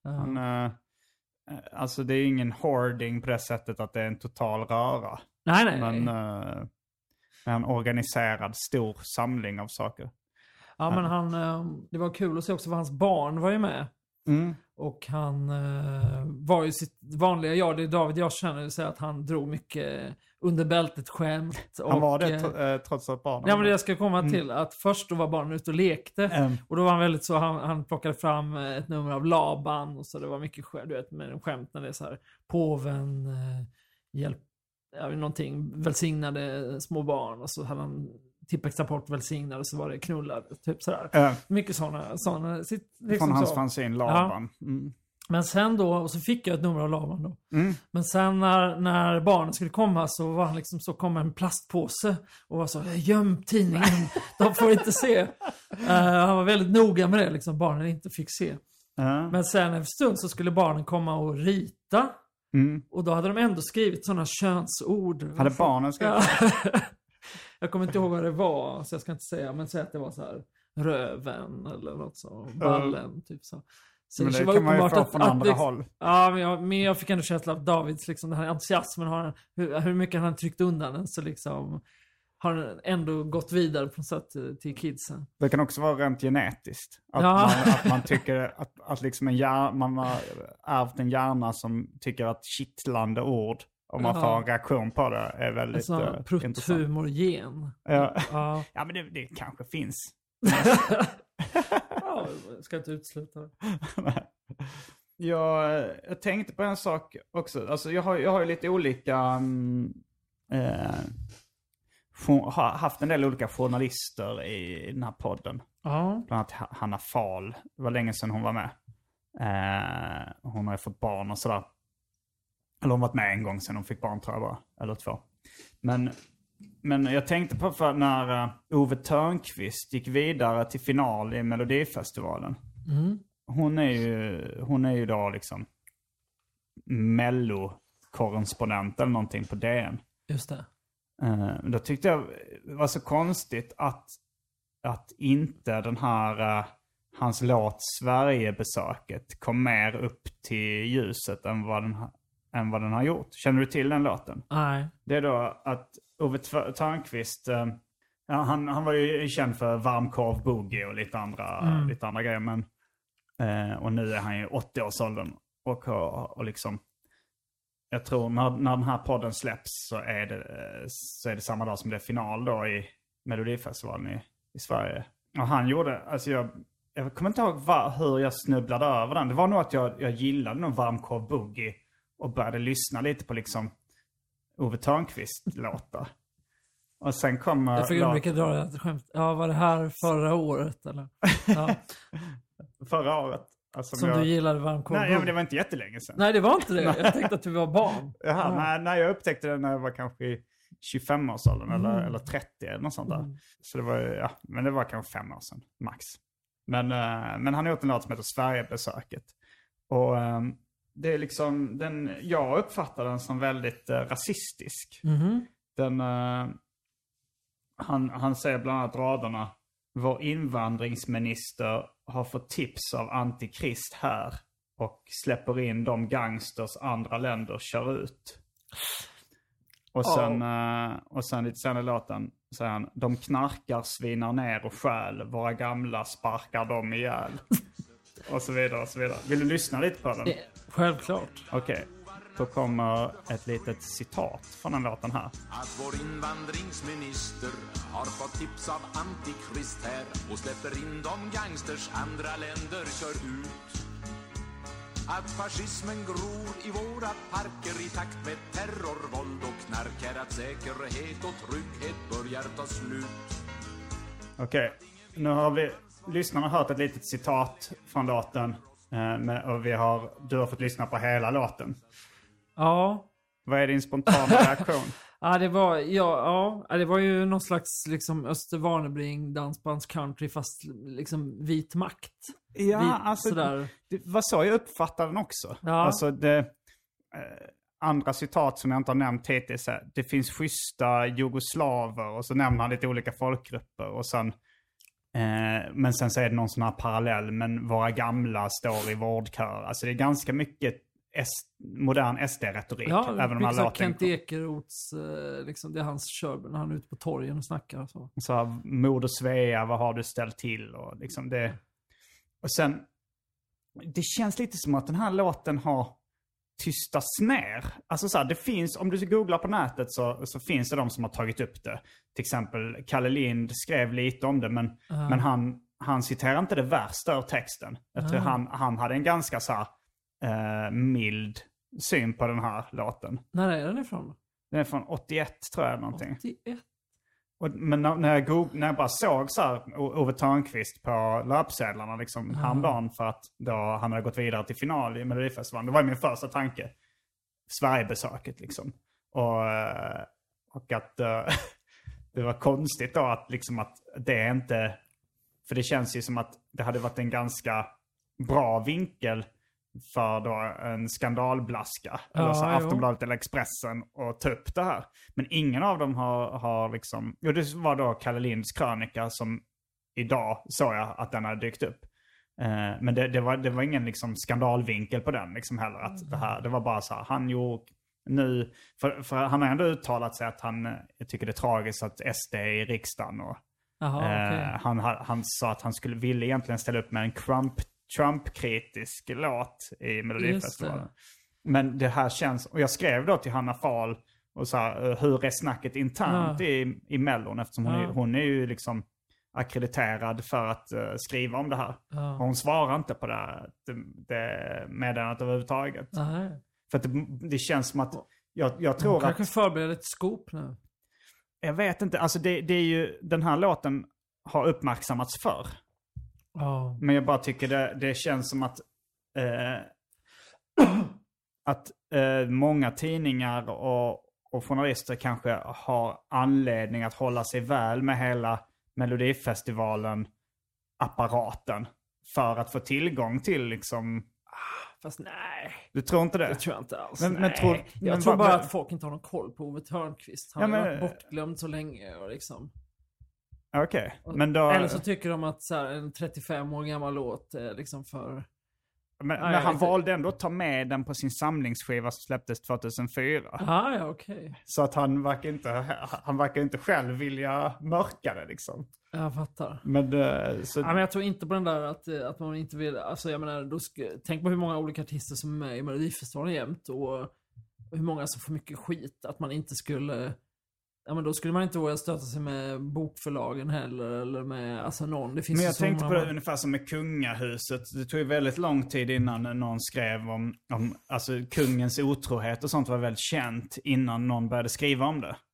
Alltså det är ingen hoarding på det sättet att det är en total röra. Nej. Men en organiserad stor samling av saker. Ja, men det var kul att se också för hans barn var ju med. Och han var ju sitt vanliga jag. Det är David jag känner säga att han drog mycket under bältet skämt. Han var det trots att barnen... Ja, men det jag ska komma till att först då var barnen ute och lekte. Och då var han väldigt så, han plockade fram ett nummer av Laban. Och så det var mycket med skämt när det är så här, påven någonting, välsignade små barn. Och så hade han Tipp-Extra-port välsignade, så var det knullar, typ sådär. Mycket sådana liksom från hans så. fanzine Laban. Ja. Men sen då, och så fick jag ett nummer av Laban då. Men sen när barnen skulle komma så var han liksom, så kom en plastpåse och var så, göm tidningen, de får inte se. Han var väldigt noga med det, liksom, barnen inte fick se. Men sen efter stund så skulle barnen komma och rita. Och då hade de ändå skrivit sådana könsord. Hade barnen skrivit? Ja. Jag kommer inte ihåg vad det var, så jag ska inte säga, men säg att det var så här röven eller något så, ballen typ så. Så men det var kan man ju få att, från andra håll. Ja, men jag fick ändå känsla av Davids liksom, den här entusiasmen, hur mycket han tryckt undan den, så liksom har den ändå gått vidare på något sätt till kidsen. Det kan också vara rent genetiskt. Att man tycker att liksom man har ärvt en hjärna som tycker att kittlande ord, om man får en reaktion på det, är väldigt intressant. Prutt-humor-gen. Ja, men det kanske finns. Ja, jag ska inte utesluta det. Jag tänkte på en sak också. Alltså jag har ju lite olika... har haft en del olika journalister i den här podden. Bland annat Hanna Fahl. Det var länge sedan hon var med. Hon har ju fått barn och sådär. Eller hon varit med en gång sedan hon fick barn, tror jag bara. Eller 2. Men jag tänkte på för när Ove Thörnqvist gick vidare till final i Melodifestivalen. Hon är ju då liksom Mello-korrespondent eller någonting på DN. Just det. Då tyckte jag det var så konstigt att inte den här hans låt Sverigebesöket kom mer upp till ljuset än vad den har gjort. Känner du till den låten? Nej. Det är då att Ove Thörnqvist, han var ju känd för varmkorv boogie och lite andra grejer, men och nu är han ju 80-årsåldern och liksom, jag tror när den här podden släpps så är det samma dag som det är final då i Melodifestivalen i Sverige. Och han gjorde, alltså jag kommer inte ihåg hur jag snubblade över den. Det var nog att jag gillade någon varmkorv boogie och började lyssna lite på liksom Ove Thörnqvist-låtar. Och sen kom... Jag fick mycket dra ett skämt. Ja, var det här förra året eller? Ja. Förra året. Alltså, som du gillade varmkorv. Nej, men det var inte jättelänge sedan. Nej, det var inte det. Jag tänkte att du var barn. Jaha, nej, jag upptäckte det när jag var kanske i 25-årsåldern eller 30 eller något sånt där. Så det var, men det var kanske 5 år sedan, max. Men han har gjort en låt som heter Sverigebesöket. Och det är liksom, jag uppfattar den som väldigt rasistisk. Han säger bland annat raderna: vår invandringsminister har fått tips av Antikrist här och släpper in de gangsters andra länder kör ut. Och sen lite senare i låten säger han: de knarkar, svinar ner och stjäl, våra gamla sparkar dem ihjäl. Och så vidare och så vidare. Vill du lyssna lite på den? Självklart. Okej. Då kommer ett litet citat från den låten här. Att vår invandringsminister har fått tips av Antikrist här och släpper in de gangsters andra länder kör ut. Att fascismen gror i våra parker i takt med terror, våld och knark är att säkerhet och trygghet börjar ta slut. Okej, nu har vi lyssnarna har hört ett litet citat från låten. Och du har fått lyssna på hela låten. Ja. Vad är din spontana reaktion? Det var ju någon slags liksom Öster Warnerbring dansbands-country fast liksom vit makt. Ja, alltså det var så jag uppfattade den också. Ja. Alltså andra citat som jag inte har nämnt hittills är: det finns schyssta jugoslaver, och så nämner han lite olika folkgrupper, och sen men sen så är det någon sån här parallell, men våra gamla står i vårdkör. Alltså det är ganska mycket modern SD-retorik. Ja, även de här låten. Kent Ekeroths, liksom, det är hans kör när han är ute på torgen och snackar. Så här, Moder Svea, vad har du ställt till? Och liksom det. Och sen, det känns lite som att den här låten har tystats ner. Alltså så här, det finns, om du googlar på nätet så finns det de som har tagit upp det. Till exempel Kalle Lind skrev lite om det, men han citerar inte det värsta ur texten. Jag tror han hade en ganska så här mild syn på den här låten. När är den ifrån? Den är från 81 tror jag någonting. 81? Men när jag bara såg så här Ove Thörnqvist på löpsedlarna liksom häromdagen, för att då han hade gått vidare till final i Melodifestivalen. Det var min första tanke. Sverigebesöket liksom. Och att det var konstigt då att liksom att det inte... För det känns ju som att det hade varit en ganga bra vinkel för då en skandalblaska. Eller så Aftonbladet eller Expressen och ta upp det här. Men ingen av dem har liksom... Jo, det var då Kalle Linds krönika som idag såg jag att den hade dykt upp. Men det var ingen liksom skandalvinkel på den liksom heller. Att det var bara så här, han gjorde nu... För han har ändå uttalat sig att jag tycker det är tragiskt att SD är i riksdagen. Och, han sa att han ville egentligen ställa upp med en Trump-kritisk låt i Melodifestivalen. Men det här känns... Och jag skrev då till Hanna Fahl och sa hur är snacket internt i Mellon, eftersom hon är ju liksom akkrediterad för att skriva om det här. Och hon svarar inte på det meddelandet överhuvudtaget. För att det känns som att jag tror att... kanske förbereder ett scoop nu. Jag vet inte. Alltså det är ju... Den här låten har uppmärksammats förr. Men jag bara tycker det känns som att många tidningar och journalister kanske har anledning att hålla sig väl med hela Melodifestivalen-apparaten för att få tillgång till liksom... Fast nej. Du tror inte det? Det tror jag inte alls. Jag tror bara att folk inte har någon koll på Ove Thörnqvist. Han har varit bortglömd så länge och liksom... Okej, men då... Eller så tycker de att så här, en 35 år gammal låt är liksom för... Men han valde ändå att ta med den på sin samlingsskiva som släpptes 2004. Okej. Så att han verkar inte själv vilja mörka det liksom. Jag fattar. Men jag tror inte på den där att man inte vill... Alltså jag menar, tänk på hur många olika artister som är med i Melodifestivalen jämt och hur många som får mycket skit. Att man inte skulle... Ja, men då skulle man inte våga stöta sig med bokförlagen heller, eller med någon. Det finns men jag tänkte på det ungefär som med kungahuset. Det tog ju väldigt lång tid innan någon skrev om alltså kungens otrohet och sånt var väldigt känt innan någon började skriva om det.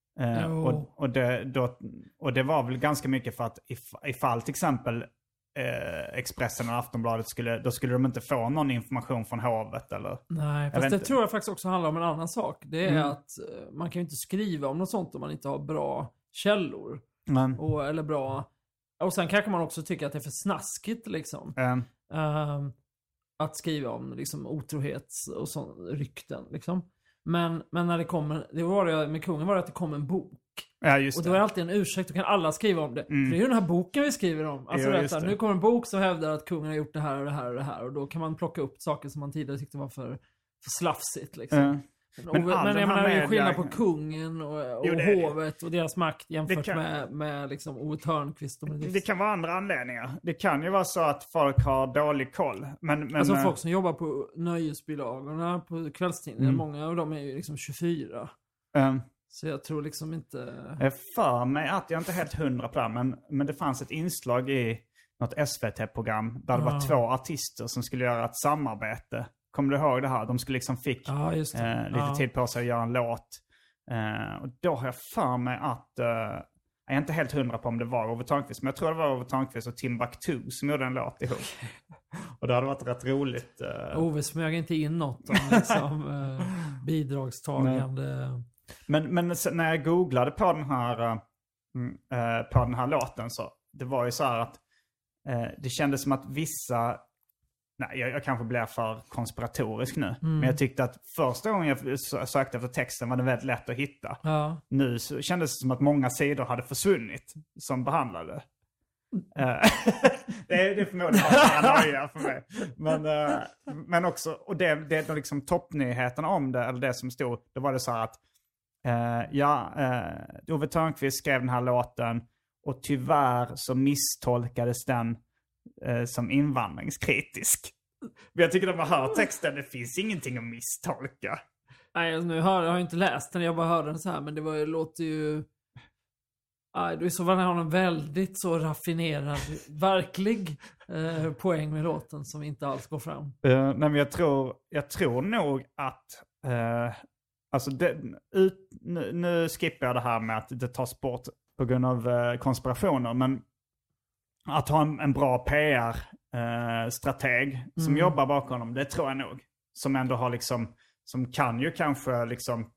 Och det var väl ganska mycket för att ifall till exempel Expressen och Aftonbladet skulle de inte få någon information från hovet eller... Nej, fast det tror jag faktiskt också handlar om en annan sak. Det är att man kan ju inte skriva om något sånt om man inte har bra källor. Eller bra... Och sen kanske man också tycker att det är för snaskigt liksom. Att skriva om liksom otrohet och sånt rykten liksom. Men när det kommer... med kungen var det att det kom en bok. Ja, just och då är alltid en ursäkt, då kan alla skriva om det. För det är ju den här boken vi skriver om. Alltså nu kommer en bok som hävdar att kungen har gjort det här och det här och det här. Och då kan man plocka upp saker som man tidigare tyckte var för slafsigt liksom. Men jag menar, det är skillnad på kungen och hovet och deras makt jämfört med liksom Ove Thörnqvist. Det kan vara andra anledningar. Det kan ju vara så att folk har dålig koll. Men alltså folk som jobbar på nöjesbilagorna på kvällstidningen, många av dem är ju liksom 24. Så jag tror liksom inte... Jag för mig att jag inte är helt 100 på det, men det fanns ett inslag i något SVT-program där det var 2 artister som skulle göra ett samarbete. Kommer du ihåg det här? De skulle liksom fick lite tid på sig att göra en låt. Och då har jag för mig att Jag är inte helt hundra på om det var Ove Thörnqvist, men jag tror det var Ove Thörnqvist och Timbuktu som gjorde en låt ihop. Och det hade varit rätt roligt. Ove smög inte in något om liksom, bidragstagande. Men när jag googlade på den här låten så det var ju så här att det kändes som att vissa... Nej, jag kanske blir för konspiratorisk nu. Men jag tyckte att första gången jag sökte efter texten var det väldigt lätt att hitta. Ja. Nu så kändes det som att många sidor hade försvunnit som behandlade. Det är förmodligen paranoia för mig. Men också, och det liksom toppnyheterna om det, eller det som stod, då var det så här att Ove Thörnqvist skrev den här låten och tyvärr så misstolkades den som invandringskritisk. Men jag tycker att man hör texten, det finns ingenting att misstolka. Nej, nu har jag inte läst den, jag bara hörde den så här, men det låter ju... Det är så man har en väldigt så raffinerad, verklig poäng med låten som inte alls går fram. Nej, men jag tror nog att... alltså nu skippar jag det här med att det tas bort på grund av konspirationer, men att ha en bra PR-strateg som jobbar bakom honom, det tror jag nog. Som ändå har liksom, som kan ju kanske liksom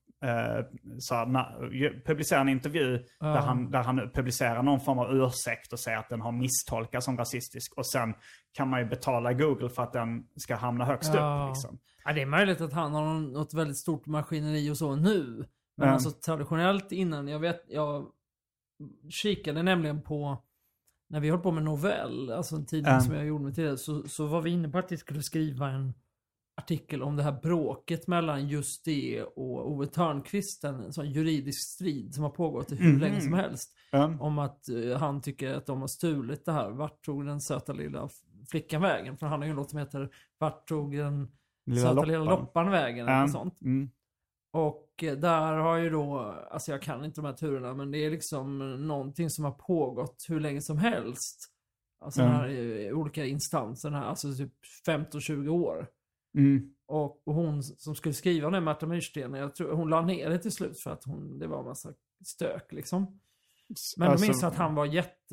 publicera en intervju där han publicerar någon form av ursäkt och säger att den har misstolkats som rasistisk. Och sen kan man ju betala Google för att den ska hamna högst upp. Liksom. Ja, det är möjligt att han har något väldigt stort maskineri och så nu. Men alltså traditionellt innan, jag kikade nämligen på, när vi höll på med novell, alltså en tidning som jag gjorde med till, så var vi inne på att vi skulle skriva en artikel om det här bråket mellan just det och Ove Thörnqvist, en sån juridisk strid som har pågått hur länge som helst. Om att han tycker att de har stulit det här. Vart tog den söta lilla flickan vägen? För han har ju en låt som heter Vart tog den söta lilla loppan vägen? Eller sånt. Och där har ju då, alltså jag kan inte de här turerna, men det är liksom någonting som har pågått hur länge som helst. Alltså den här olika instanser, alltså typ 15-20 år. Och hon som skulle skriva den, Märta Myrsten, jag tror hon la ner det till slut för att det var en massa stök liksom. Men alltså, minns att han var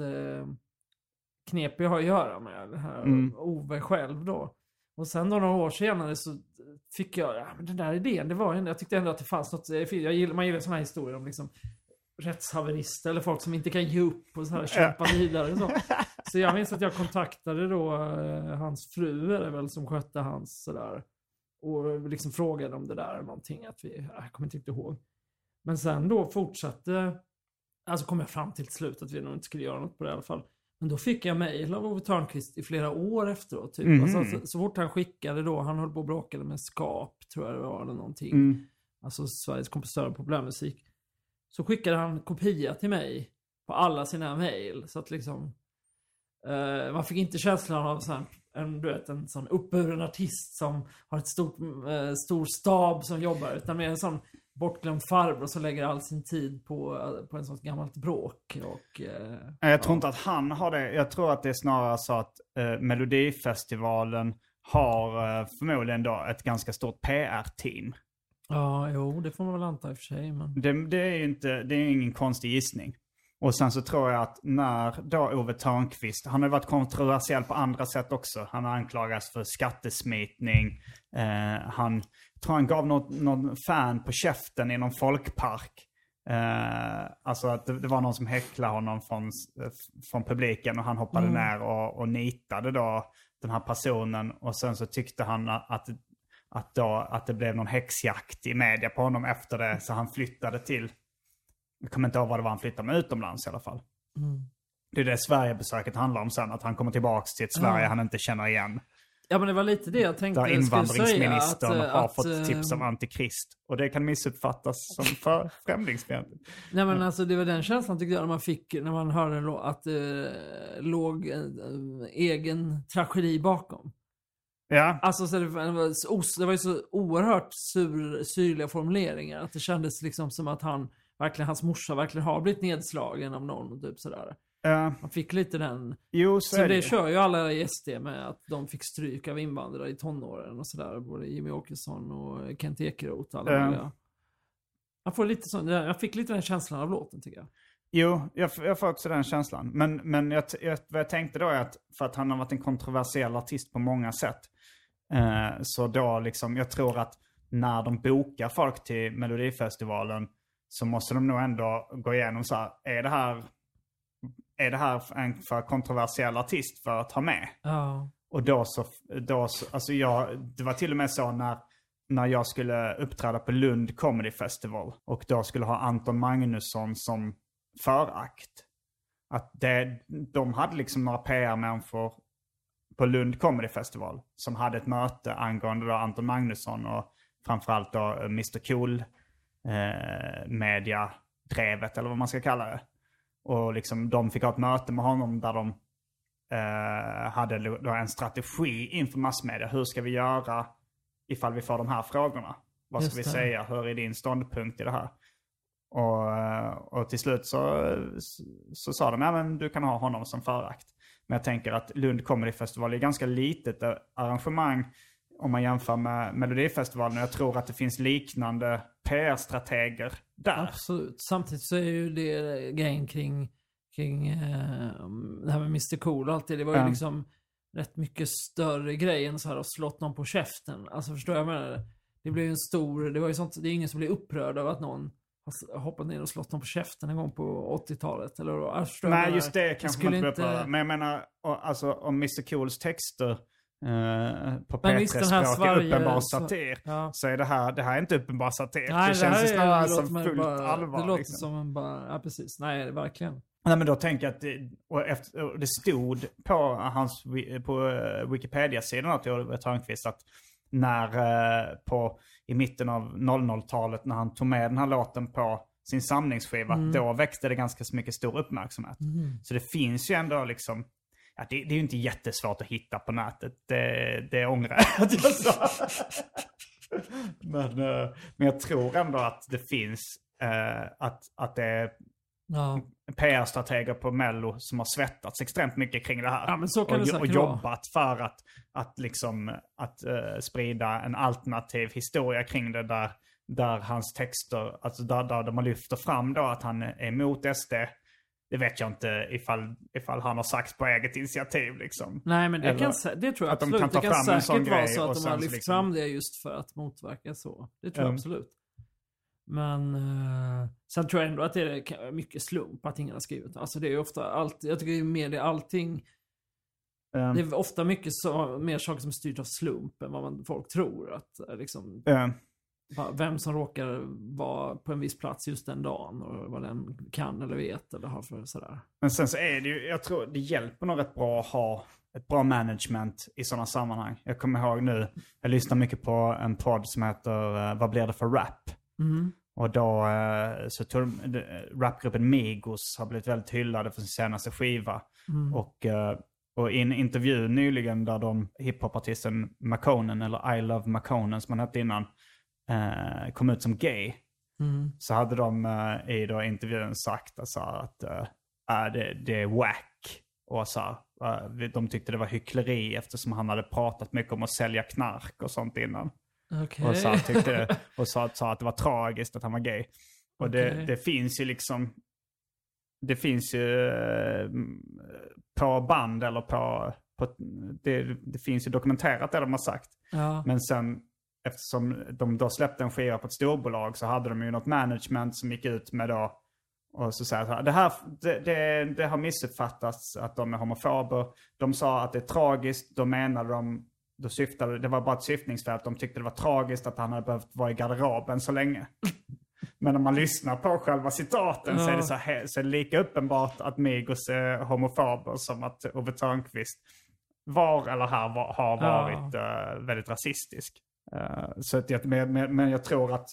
jätteknepig att ha att göra med det här Ove själv då. Och sen då några år senare så fick jag den där idén, det var jag tyckte ändå att det fanns något, man gillar såna här historier om liksom rättshaverister eller folk som inte kan ge upp och så här kämpa vidare och så. Så jag minns att jag kontaktade då hans fru är det väl som skötte hans sådär, och liksom frågade om det där någonting att jag kommer inte ihåg. Men sen då fortsatte, alltså kom jag fram till slut att vi nog inte skulle göra något på det i alla fall. Men då fick jag mejl av Ove Thörnqvist i flera år efteråt typ. Alltså, så fort han skickade då, han höll på och bråkade med Skap tror jag det var eller någonting. Alltså Sveriges kompositör på populärmusik. Så skickade han kopia till mig på alla sina mejl. Så att liksom man fick inte känslan av en sån uppburen artist som har ett stor stab som jobbar, utan mer en sån bortglömd farbror som lägger all sin tid på en sån gammalt bråk. Och, jag tror inte att han har det. Jag tror att det är snarare så att Melodifestivalen har förmodligen då ett ganska stort PR-team. Ja, jo, det får man väl anta i och för sig. Men... Det är ingen konstig gissning. Och sen så tror jag att när då Ove Thörnqvist, han har varit kontroversiell på andra sätt också. Han har anklagats för skattesmitning. Han gav någon fan på käften i någon folkpark. Alltså att det var någon som häcklade honom från publiken och han hoppade ner och nitade då den här personen. Och sen så tyckte han att det blev någon häxjakt i media på honom efter det. Så han flyttade till... Jag kommer inte ihåg vad det var han flyttade med utomlands i alla fall. Det är det Sverigebesöket handlar om sen. Att han kommer tillbaka till ett Sverige han inte känner igen. Ja, men det var lite det jag tänkte. Där invandringsministern har fått tips om antikrist. Och det kan missuppfattas som främlingsfientligt. Nej, men alltså det var den känslan tyckte jag när man fick, när man hörde att det låg egen tragedi bakom. Ja. Alltså så det var ju så oerhört syrliga formuleringar. Att det kändes liksom som att hans morsa verkligen har blivit nedslagen av någon och typ sådär. Man fick lite den... Jo, så det kör ju alla i SD med att de fick stryk av invandrare i tonåren och sådär. Både Jimmy Åkesson och Kent Ekeroth. Jag fick lite den känslan av låten tycker jag. Jo, jag får också den känslan. Men vad jag tänkte då är att för att han har varit en kontroversiell artist på många sätt. Så då liksom, jag tror att när de bokar folk till Melodifestivalen så måste de nog ändå gå igenom så här, är det här en för kontroversiell artist för att ha med? Ja. Och då alltså det var till och med så när jag skulle uppträda på Lund Comedy Festival och då skulle ha Anton Magnusson som förakt. Att de hade liksom några PR-människor på Lund Comedy Festival som hade ett möte angående då Anton Magnusson och framförallt då Mr. Cool media-drevet eller vad man ska kalla det. Och liksom de fick ha ett möte med honom där de hade då en strategi inför massmedia. Hur ska vi göra ifall vi får de här frågorna? Vad ska vi säga? Hur är din ståndpunkt i det här? Och till slut så sa de, ja men du kan ha honom som förakt. Men jag tänker att Lund Comedy Festival är ganska litet arrangemang om man jämför med Melodifestivalen. Jag tror att det finns liknande PR-strateger där. Absolut. Samtidigt så är ju det grejen kring det här med Mr. Cool alltid. Det var ju liksom rätt mycket större grej än så här att slått någon på käften. Alltså förstår jag menar? Det blev ju en stor, det var ju sånt, det är ingen som blir upprörd av att någon har hoppat ner och slått någon på käften en gång på 80-talet. Eller, nej, just det kanske man inte upprörd. Men jag menar, alltså om Mr. Cools texter på P3-språk är uppenbar satir. Så är det här är inte uppenbar satir. Nej, det känns ju snarare som fullt allvar. Det låter liksom. som en bara, ja precis. Nej, verkligen. Nej, men då tänker jag att det stod på Wikipedia-sidan till Oliver Törnqvist att i mitten av 00-talet när han tog med den här låten på sin samlingsskiva, då väckte det ganska mycket stor uppmärksamhet. Så det finns ju ändå liksom, det är ju inte jättesvårt att hitta på nätet. Det ångrar jag att jag sa. Men jag tror ändå att det finns att det är PR-strateger på Mello som har svettats extremt mycket kring det här. Ja, men så kan det och jobbat för att sprida en alternativ historia kring det där hans texter, alltså där de lyfter fram då att han är emot SD. Det vet jag inte ifall han har sagt på eget initiativ liksom. Nej, men det tror jag att absolut. De kan ta det kan fram en sån säkert vara grej så att de har lyft liksom fram det just för att motverka så. Det tror jag absolut. Men sen tror jag ändå att det är mycket slump att ingen har skrivit. Alltså det är ju ofta allt, jag tycker mer det är allting. Det är ofta mycket mer saker som styrt av slump än vad folk tror. Att liksom vem som råkar vara på en viss plats just den dagen och vad den kan eller vet eller har för sådär. Men sen så är det ju, jag tror det hjälper nog rätt bra att ha ett bra management i sådana sammanhang. Jag kommer ihåg nu, jag lyssnar mycket på en podd som heter Vad blir det för rap? Och då så tog rapgruppen Migos har blivit väldigt hyllade för sin senaste skiva. Och i en intervju nyligen där hiphopartisten Makonnen, eller I Love Makonnen som han hette innan, kom ut som gay. Så hade de i då intervjun sagt alltså, att det är whack. Och så, de tyckte det var hyckleri eftersom han hade pratat mycket om att sälja knark och sånt innan. Okay. Och sa att det var tragiskt att han var gay. Och det finns ju liksom, det finns ju på band eller på det finns ju dokumenterat det de har sagt. Ja. Men sen eftersom de då släppte en skiva på ett storbolag så hade de ju något management som gick ut med då och så säger att det har missuppfattats att de är homofober. De sa att det är tragiskt, då menade de, då syftade det var bara ett syftningsfält. De tyckte det var tragiskt att han hade behövt vara i garderoben så länge. Men om man lyssnar på själva citaten så är det så är det lika uppenbart att Migos är homofober som att Ove Törnqvist har varit väldigt rasistisk. Så att men jag tror att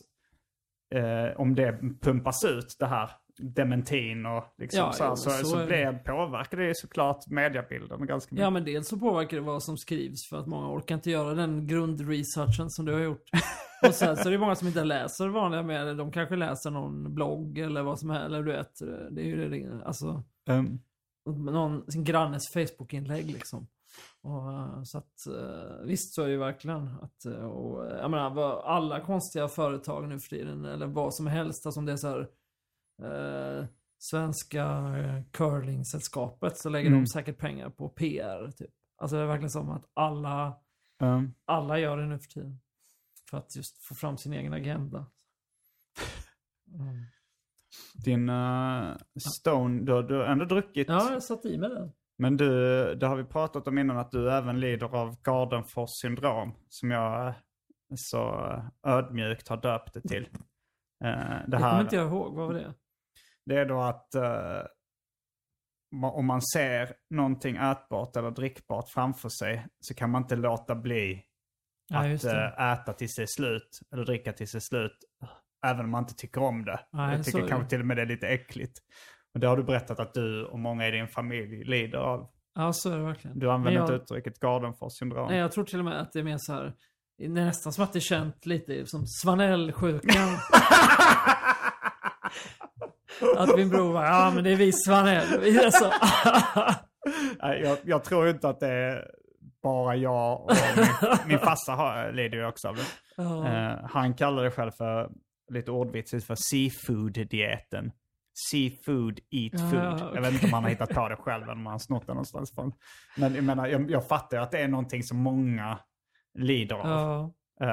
om det pumpas ut det här dementin och liksom så påverkar det såklart mediebilden ganska mycket. Ja, men dels så påverkar det vad som skrivs för att många orkar inte göra den grundresearchen som du har gjort. Och sen så är det många som inte läser vanliga medier. De kanske läser någon blogg eller vad som helst, eller du vet, det är ju det, alltså sin grannes Facebook-inlägg liksom. Och, så att visst så är det ju verkligen att jag menar, alla konstiga företag nu för tiden eller vad som helst, alltså om det är så här svenska curlingsällskapet så lägger de säkert pengar på PR typ. Alltså det är verkligen som att alla gör det nu för tiden. För att just få fram sin egen agenda. Din Stone, du har ändå druckit. Ja, jag satt i med den. Men det har vi pratat om innan att du även lider av Gardenfors syndrom. Som jag så ödmjukt har döpt det till. Det kommer inte jag ihåg, vad var det? Det är då att om man ser någonting ätbart eller drickbart framför sig så kan man inte låta bli att äta till sig slut eller dricka till sig slut. Även om man inte tycker om det. Jag tycker kanske till och med det är lite äckligt. Och det har du berättat att du och många i din familj lider av. Ja, så är det verkligen. Du använder inte uttrycket Gardenfors syndrom. Nej, jag tror till och med att det är mer så här. Det är nästan som att det är känt lite som Svanell-sjukan. Att min bror var, men det är vi Svanell. Jag tror inte att det är bara jag och min farsa lider ju också av det. Han kallar det själv för, lite ordvitsigt, för seafood-dieten. Seafood, eat food. Okay. Jag vet inte om han har hittat på det själv eller om han har snott det någonstans från. Men jag menar, jag fattar att det är någonting som många lider av.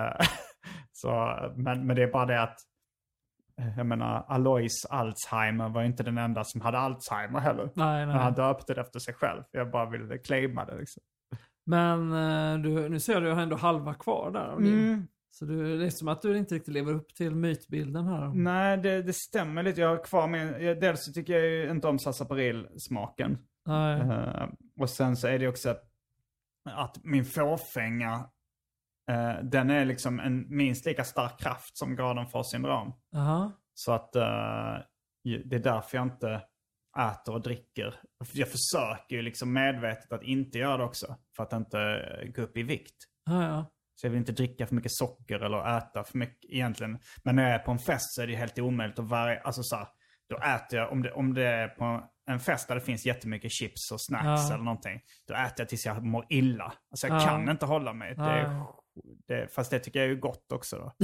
Men det är bara det att jag menar, Alois Alzheimer var inte den enda som hade Alzheimer heller. Nej. Men han döpte det efter sig själv. Jag bara ville claima det liksom. Men nu ser du ändå halva kvar där. Så det är som att du inte riktigt lever upp till mytbilden här. Nej, det stämmer lite. Jag har kvar min... Dels så tycker jag ju inte om sarsaparil-smaken. Och sen så är det också att min fåfänga, den är liksom en minst lika stark kraft som Gardenfors syndrom. Så att det är därför jag inte äter och dricker. Jag försöker ju liksom medvetet att inte göra det också. För att inte gå upp i vikt. Så jag vill inte dricka för mycket socker eller äta för mycket egentligen. Men när jag är på en fest så är det helt omöjligt att alltså så här, då äter jag, om det är på en fest där det finns jättemycket chips och snacks eller någonting. Då äter jag tills jag mår illa. Alltså jag kan inte hålla mig. Fast det tycker jag är ju gott också då.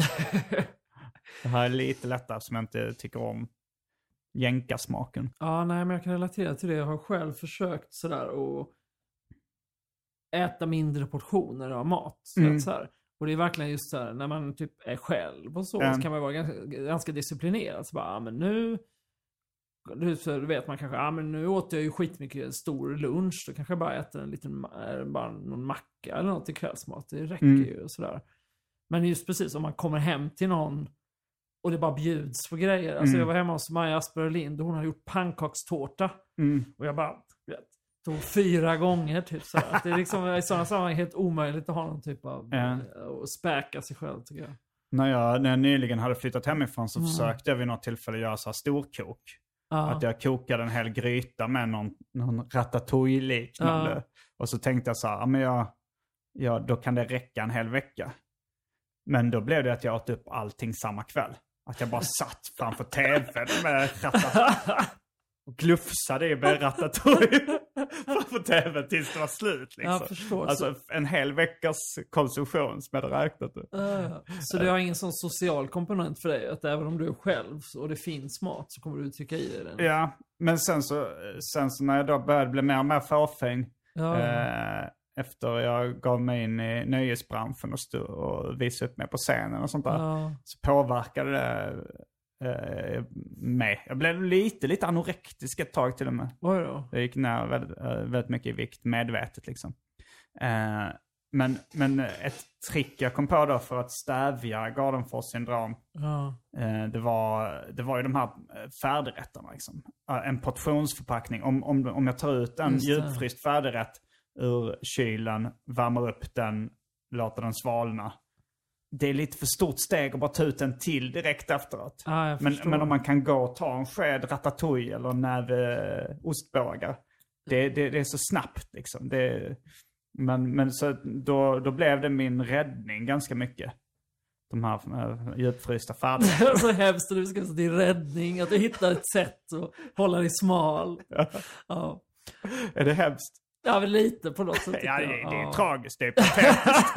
Det här är lite lättare som jag inte tycker om jänkasmaken. Ja, nej, men jag kan relatera till det. Jag har själv försökt sådär och äta mindre portioner av mat. Så här. Och det är verkligen just så här, när man typ är själv och så kan man vara ganska disciplinerad. Så bara, men nu så vet man kanske, men nu åt jag ju skitmycket stor lunch. Då kanske jag bara äter en liten, bara någon macka eller något till kvällsmat. Det räcker ju och sådär. Men just precis, om man kommer hem till någon och det bara bjuds på grejer. Alltså jag var hemma hos Maja Asper Lind och hon hade gjort pannkakstårta. Och jag bara, tog 4 gånger typ så att det är liksom i sådana sammanhang helt omöjligt att ha någon typ av och späka sig själv tycker jag. När jag nyligen hade flyttat hemifrån så försökte jag vid något tillfälle göra så här storkok. Att jag kokade en hel gryta med någon ratatouille-liknande. Och så tänkte jag så här, men då kan det räcka en hel vecka. Men då blev det att jag åt upp allting samma kväll. Att jag bara satt framför tvn med och glufsade med ratatouille framför tvn tills det var slut. Liksom. Jag förstår. Alltså en hel veckas konsumtion som jag hade räknat. Så det har ingen sån social komponent för dig? Att även om du är själv och det finns mat så kommer du trycka i dig den? Ja, men sen så när jag då började bli mer och mer fåfäng efter jag gav mig in i nöjesbranschen och visade upp mig på scenen och sånt där, så påverkade det mig. Jag blev lite anorektisk ett tag till och med. Oj då. Jag gick ner väldigt mycket i vikt medvetet liksom. Men ett trick jag kom på då för att stävja Gardenfors syndrom, det var ju de här färdigrätterna liksom. En portionsförpackning. Om jag tar ut en djupfryst färdigrätt ur kylen, värmer upp den, låter den svalna. Det är lite för stort steg att bara ta ut en till direkt efteråt. Men om man kan gå och ta en sked ratatouille eller en näve ostbågar. Det är så snabbt liksom. Men så då blev det min räddning ganska mycket. De här djupfrysta färdiga. Det är så hemskt att du ska säga din räddning. Att du hittar ett sätt att hålla dig smal. Ja. Är det hemskt? Ja, men lite på något sätt. Ja, det är tragiskt. Det är patetiskt.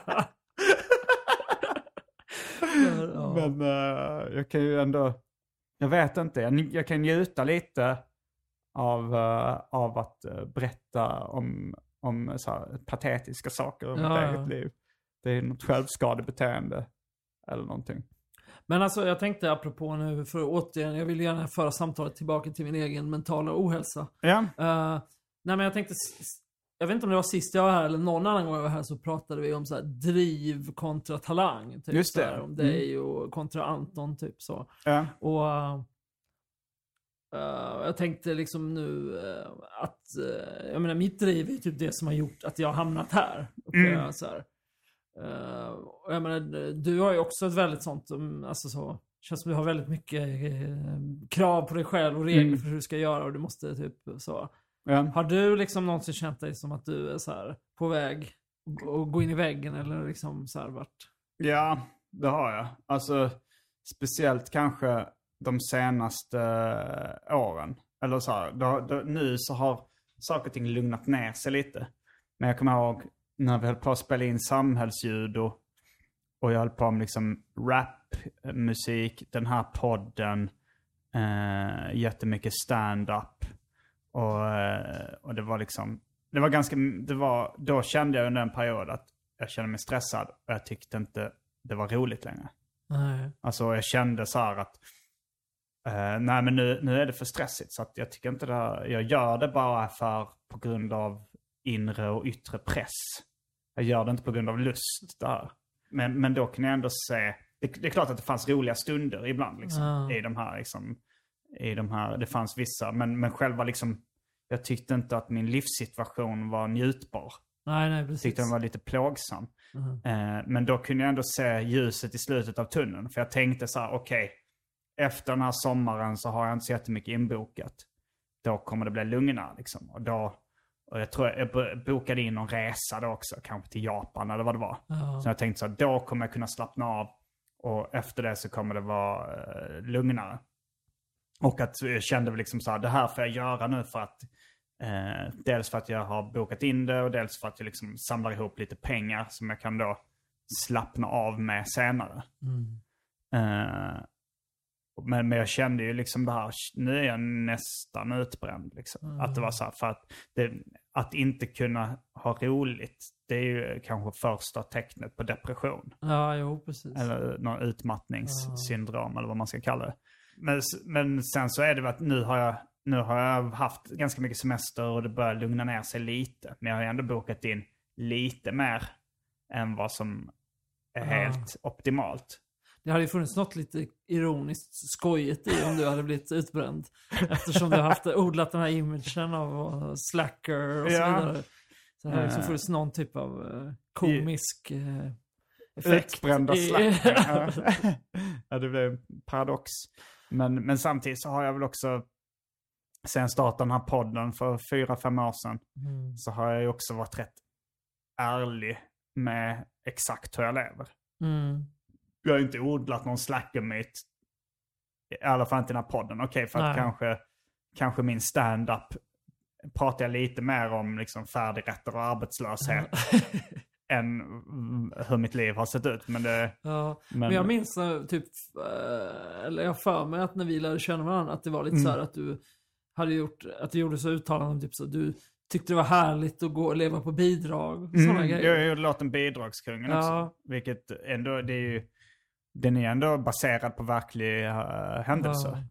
Men jag kan ju ändå... Jag vet inte. Jag kan njuta lite av att berätta om så här patetiska saker om mitt eget liv. Det är något självskadebeteende eller någonting. Men alltså jag tänkte apropå nu, för återigen, jag vill gärna föra samtalet tillbaka till min egen mentala ohälsa. Ja. Nej, men jag tänkte, jag vet inte om det var sist jag var här eller någon annan gång jag var här, så pratade vi om så här driv kontra talang. Typ, just det. Så här, om dig och kontra Anton, typ så. Ja. Och jag tänkte liksom nu att jag menar, mitt driv är typ det som har gjort att jag har hamnat här. Och så här. Och jag menar, du har ju också ett väldigt sånt, alltså så, känns som du har väldigt mycket krav på dig själv och regler för hur du ska göra, och du måste typ så. Ja. Har du liksom någonsin känt dig som att du är så här på väg att gå in i väggen, eller liksom så här vart? Ja, det har jag. Alltså speciellt kanske de senaste åren. Eller så här, nu så har saker och ting lugnat ner sig lite. Men jag kommer ihåg när vi höll på att spela in samhällsljud och jag höll på med liksom rapmusik, den här podden, jättemycket stand-up. Och det var liksom, då kände jag under en period att jag kände mig stressad och jag tyckte inte det var roligt längre. Nej. Alltså jag kände så här att nej, men nu är det för stressigt, så att jag tycker inte jag gör det bara på grund av inre och yttre press. Jag gör det inte på grund av lust där. Men då kan jag ändå se, det är klart att det fanns roliga stunder ibland liksom, i de här, det fanns vissa, men själva liksom, jag tyckte inte att min livssituation var njutbar. Nej, precis. Jag tyckte den var lite plågsam. Men då kunde jag ändå se ljuset i slutet av tunneln. För jag tänkte så här, okej, efter den här sommaren så har jag inte så jättemycket inbokat. Då kommer det bli lugnare liksom. Och jag tror jag bokade in någon resa då också, kanske till Japan eller vad det var. Så jag tänkte så här, då kommer jag kunna slappna av. Och efter det så kommer det vara lugnare. Och att jag kände liksom så här, det här får jag göra nu för att dels för att jag har bokat in det, och dels för att jag liksom samlar ihop lite pengar som jag kan då slappna av med senare. Men jag kände ju liksom det här, nu är jag nästan utbränd liksom. Att det var så här, för att inte kunna ha roligt, det är ju kanske första tecknet på depression. Ja, jo, precis. Eller någon utmattningssyndrom eller vad man ska kalla det. Men sen så är det väl att nu har jag haft ganska mycket semester och det börjar lugna ner sig lite. Men jag har ändå bokat in lite mer än vad som är helt optimalt. Det hade ju funnits något lite ironiskt skojigt i om du hade blivit utbränd. Eftersom du har odlat den här imagen av slacker och så vidare. Så här så funnits någon typ av komisk effekt. Utbrända slacker. Ja, det blev en paradox. Men samtidigt så har jag väl också, sen jag startade den här podden för 4-5 år sedan, så har jag ju också varit rätt ärlig med exakt hur jag lever. Jag har inte odlat någon slacker-myt, i alla fall inte i den här podden. Okej, för att kanske min stand-up pratar jag lite mer om liksom färdigrätter och arbetslöshet än hur mitt liv har sett ut. Men jag minns typ, eller jag för mig att när vi lärde känna varandra, att det var lite så här att du hade gjort, att du gjorde så uttalanden typ så du tyckte det var härligt att gå och leva på bidrag. Sådana grejer. Jag gjorde låten Bidragskungen också. Vilket ändå, den är ändå baserad på verkliga händelser.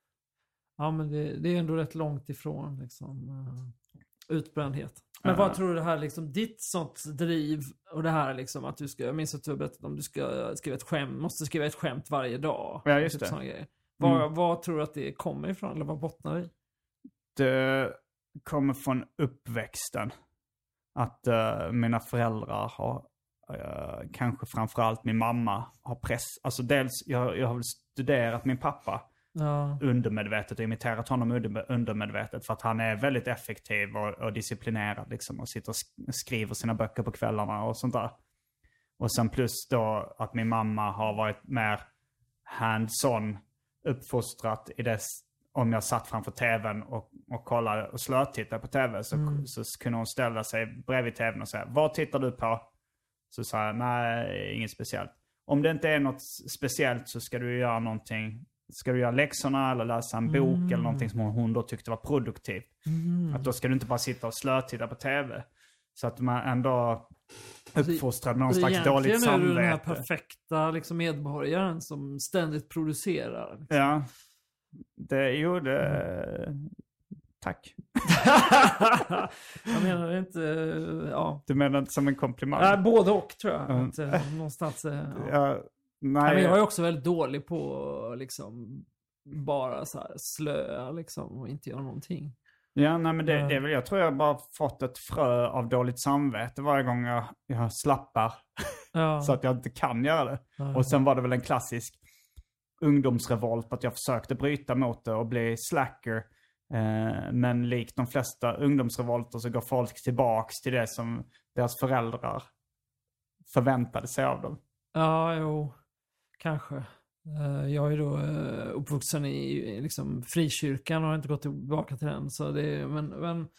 Ja, men det är ändå rätt långt ifrån liksom, utbrändhet. Men vad tror du det här liksom, ditt sånt driv och det här liksom att du ska, jag minns att du har berättat om du ska skriva ett skämt, måste skriva ett skämt varje dag. Ja, just typ det. Vad tror du att det kommer ifrån, eller vad bottnar det i? Det kommer från uppväxten. Att mina föräldrar har, kanske framförallt min mamma, har press. Alltså dels, jag har väl studerat min pappa undermedvetet och imiterat honom undermedvetet, för att han är väldigt effektiv och disciplinerad liksom, och sitter och skriver sina böcker på kvällarna och sånt där. Och sen plus då att min mamma har varit mer hands-on uppfostrat i dess, om jag satt framför tvn och kollade och slötittade på tv, så kunde hon ställa sig bredvid tvn och säga, vad tittar du på? Så sa jag, nej, inget speciellt. Om det inte är något speciellt så ska du göra någonting ska du göra läxorna eller läsa en bok eller någonting som hon då tyckte var produktivt. Att då ska du inte bara sitta och slötitta på tv. Så att man ändå uppfostrar någon slags dåligt samvete. Egentligen är du den här perfekta liksom, medborgaren som ständigt producerar. Liksom. Ja, det gjorde... Tack. Jag menar det inte... Ja. Du menar inte som en komplimang? Både och tror jag. Att, någonstans... Ja, nej. Men jag är också väldigt dålig på liksom bara så här slöa liksom och inte göra någonting. Ja, nej men det är väl, jag tror jag bara fått ett frö av dåligt samvete varje gång jag slappar. Ja. Så att jag inte kan göra det. Och sen var det väl en klassisk ungdomsrevolt att jag försökte bryta mot det och bli slacker. Men likt de flesta ungdomsrevolter så går folk tillbaks till det som deras föräldrar förväntade sig av dem. Ja, jo. Kanske. Jag är då uppvuxen i liksom frikyrkan och har inte gått tillbaka till den. Så det, men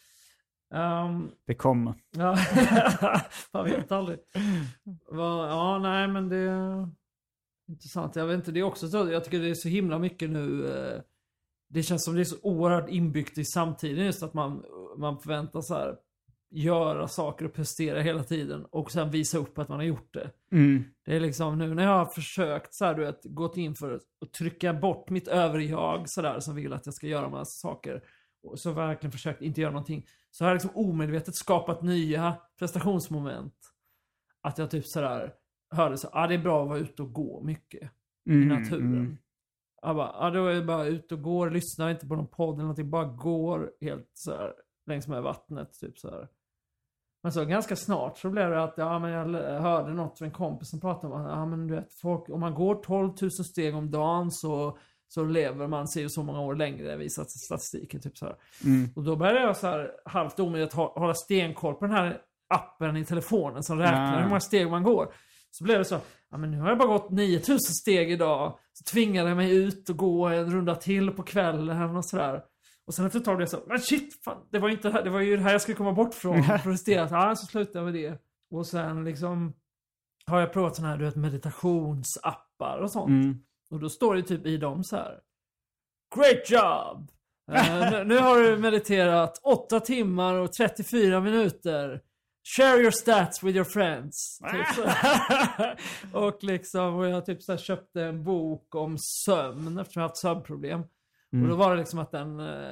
det kommer. Ja, man vet aldrig. Ja, nej, men det är intressant. Jag vet inte, det är också så, jag tycker det är så himla mycket nu. Det känns som det är så oerhört inbyggt i samtiden just att man förväntar så här göra saker och prestera hela tiden och sen visa upp att man har gjort det. Det är liksom nu när jag har försökt så här, du vet, gått in för att trycka bort mitt överjag så där som vill att jag ska göra massa saker och så verkligen försökt inte göra någonting, så har jag liksom omedvetet skapat nya prestationsmoment. Att jag typ så där hörde så det är bra att vara ute och gå mycket i naturen. Jag bara, då är jag bara ute och går, lyssnar inte på någon podd eller någonting, bara går helt så här längs med vattnet typ så här. Men så ganska snart så blev det att men jag hörde något från en kompis som pratade om att men du vet, folk, om man går 12 000 steg om dagen så lever man sig så många år längre, visat statistiken typ så här. Och då började jag så här halvt omöjligt hålla stenkoll på den här appen i telefonen som räknar hur många steg man går. Så blev det så, men nu har jag bara gått 9000 steg idag. Så tvingade jag mig ut och gå en runda till på kvällen och sådär. Och sen efter ett tag blev jag så, men shit, fan, det var inte det var ju det här jag skulle komma bort från. Protesterat, så slutade jag med det. Och sen liksom har jag provat sådana här, du vet, meditationsappar och sånt. Och då står det typ i dem så här: great job! Nu har du mediterat 8 timmar och 34 minuter. Share your stats with your friends. Typ. Och liksom, och jag typ så här köpte en bok om sömn eftersom jag haft sömnproblem. Och då var det liksom att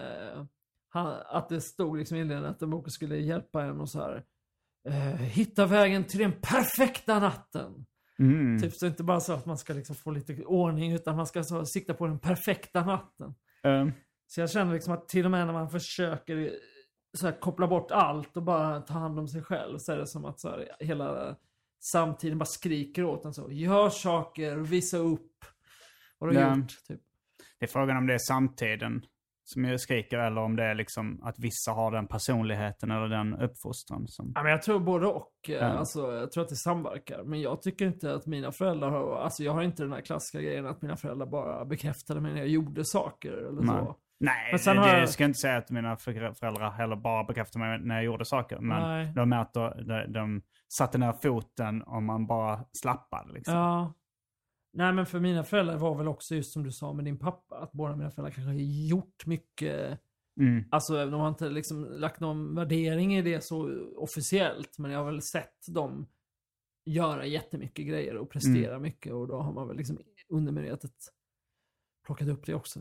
att det stod liksom inledningen att den boken skulle hjälpa en och så här hitta vägen till den perfekta natten. Typ så inte bara så att man ska liksom få lite ordning, utan man ska så sikta på den perfekta natten. Så jag känner liksom att till och med när man försöker så här koppla bort allt och bara ta hand om sig själv, så är det som att så här, hela samtiden bara skriker åt en så: gör saker, visa upp vad du har gjort typ. Det är frågan om det är samtiden som jag skriker eller om det är liksom att vissa har den personligheten eller den uppfostran som... Ja, men jag tror både och. Alltså, jag tror att det samverkar. Men jag tycker inte att mina föräldrar har... Alltså jag har inte den här klassiska grejen att mina föräldrar bara bekräftade mig när jag gjorde saker eller så. Nej, men sen jag ska inte säga att mina föräldrar heller bara bekräftade mig när jag gjorde saker. Men de med att de satte ner foten om man bara slappade liksom. Ja. Nej, men för mina föräldrar var väl också just som du sa med din pappa, att båda mina föräldrar kanske har gjort mycket. Alltså de har inte liksom lagt någon värdering i det så officiellt, men jag har väl sett dem göra jättemycket grejer och prestera mycket, och då har man väl liksom undermedvetet plockat upp det också.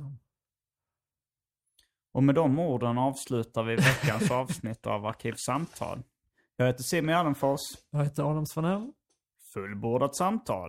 Och med de orden avslutar vi veckans avsnitt av Arkivsamtal. Jag heter Simon Gärdenfors. Jag heter Adam Svanell. Fullbordat samtal.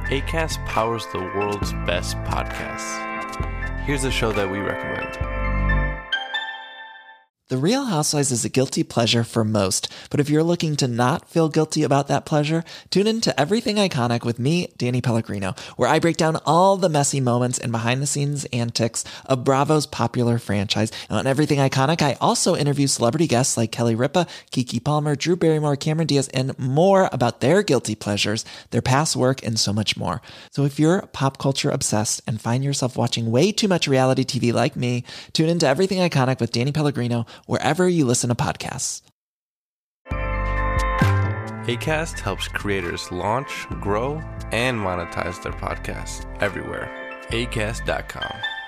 Acast powers the world's best podcasts. Here's a show that we recommend. The Real Housewives is a guilty pleasure for most, but if you're looking to not feel guilty about that pleasure, tune in to Everything Iconic with me, Danny Pellegrino, where I break down all the messy moments and behind-the-scenes antics of Bravo's popular franchise. And on Everything Iconic, I also interview celebrity guests like Kelly Ripa, Keke Palmer, Drew Barrymore, Cameron Diaz, and more about their guilty pleasures, their past work, and so much more. So if you're pop culture obsessed and find yourself watching way too much reality TV like me, tune in to Everything Iconic with Danny Pellegrino, wherever you listen to podcasts. Acast helps creators launch, grow, and monetize their podcasts everywhere. Acast.com.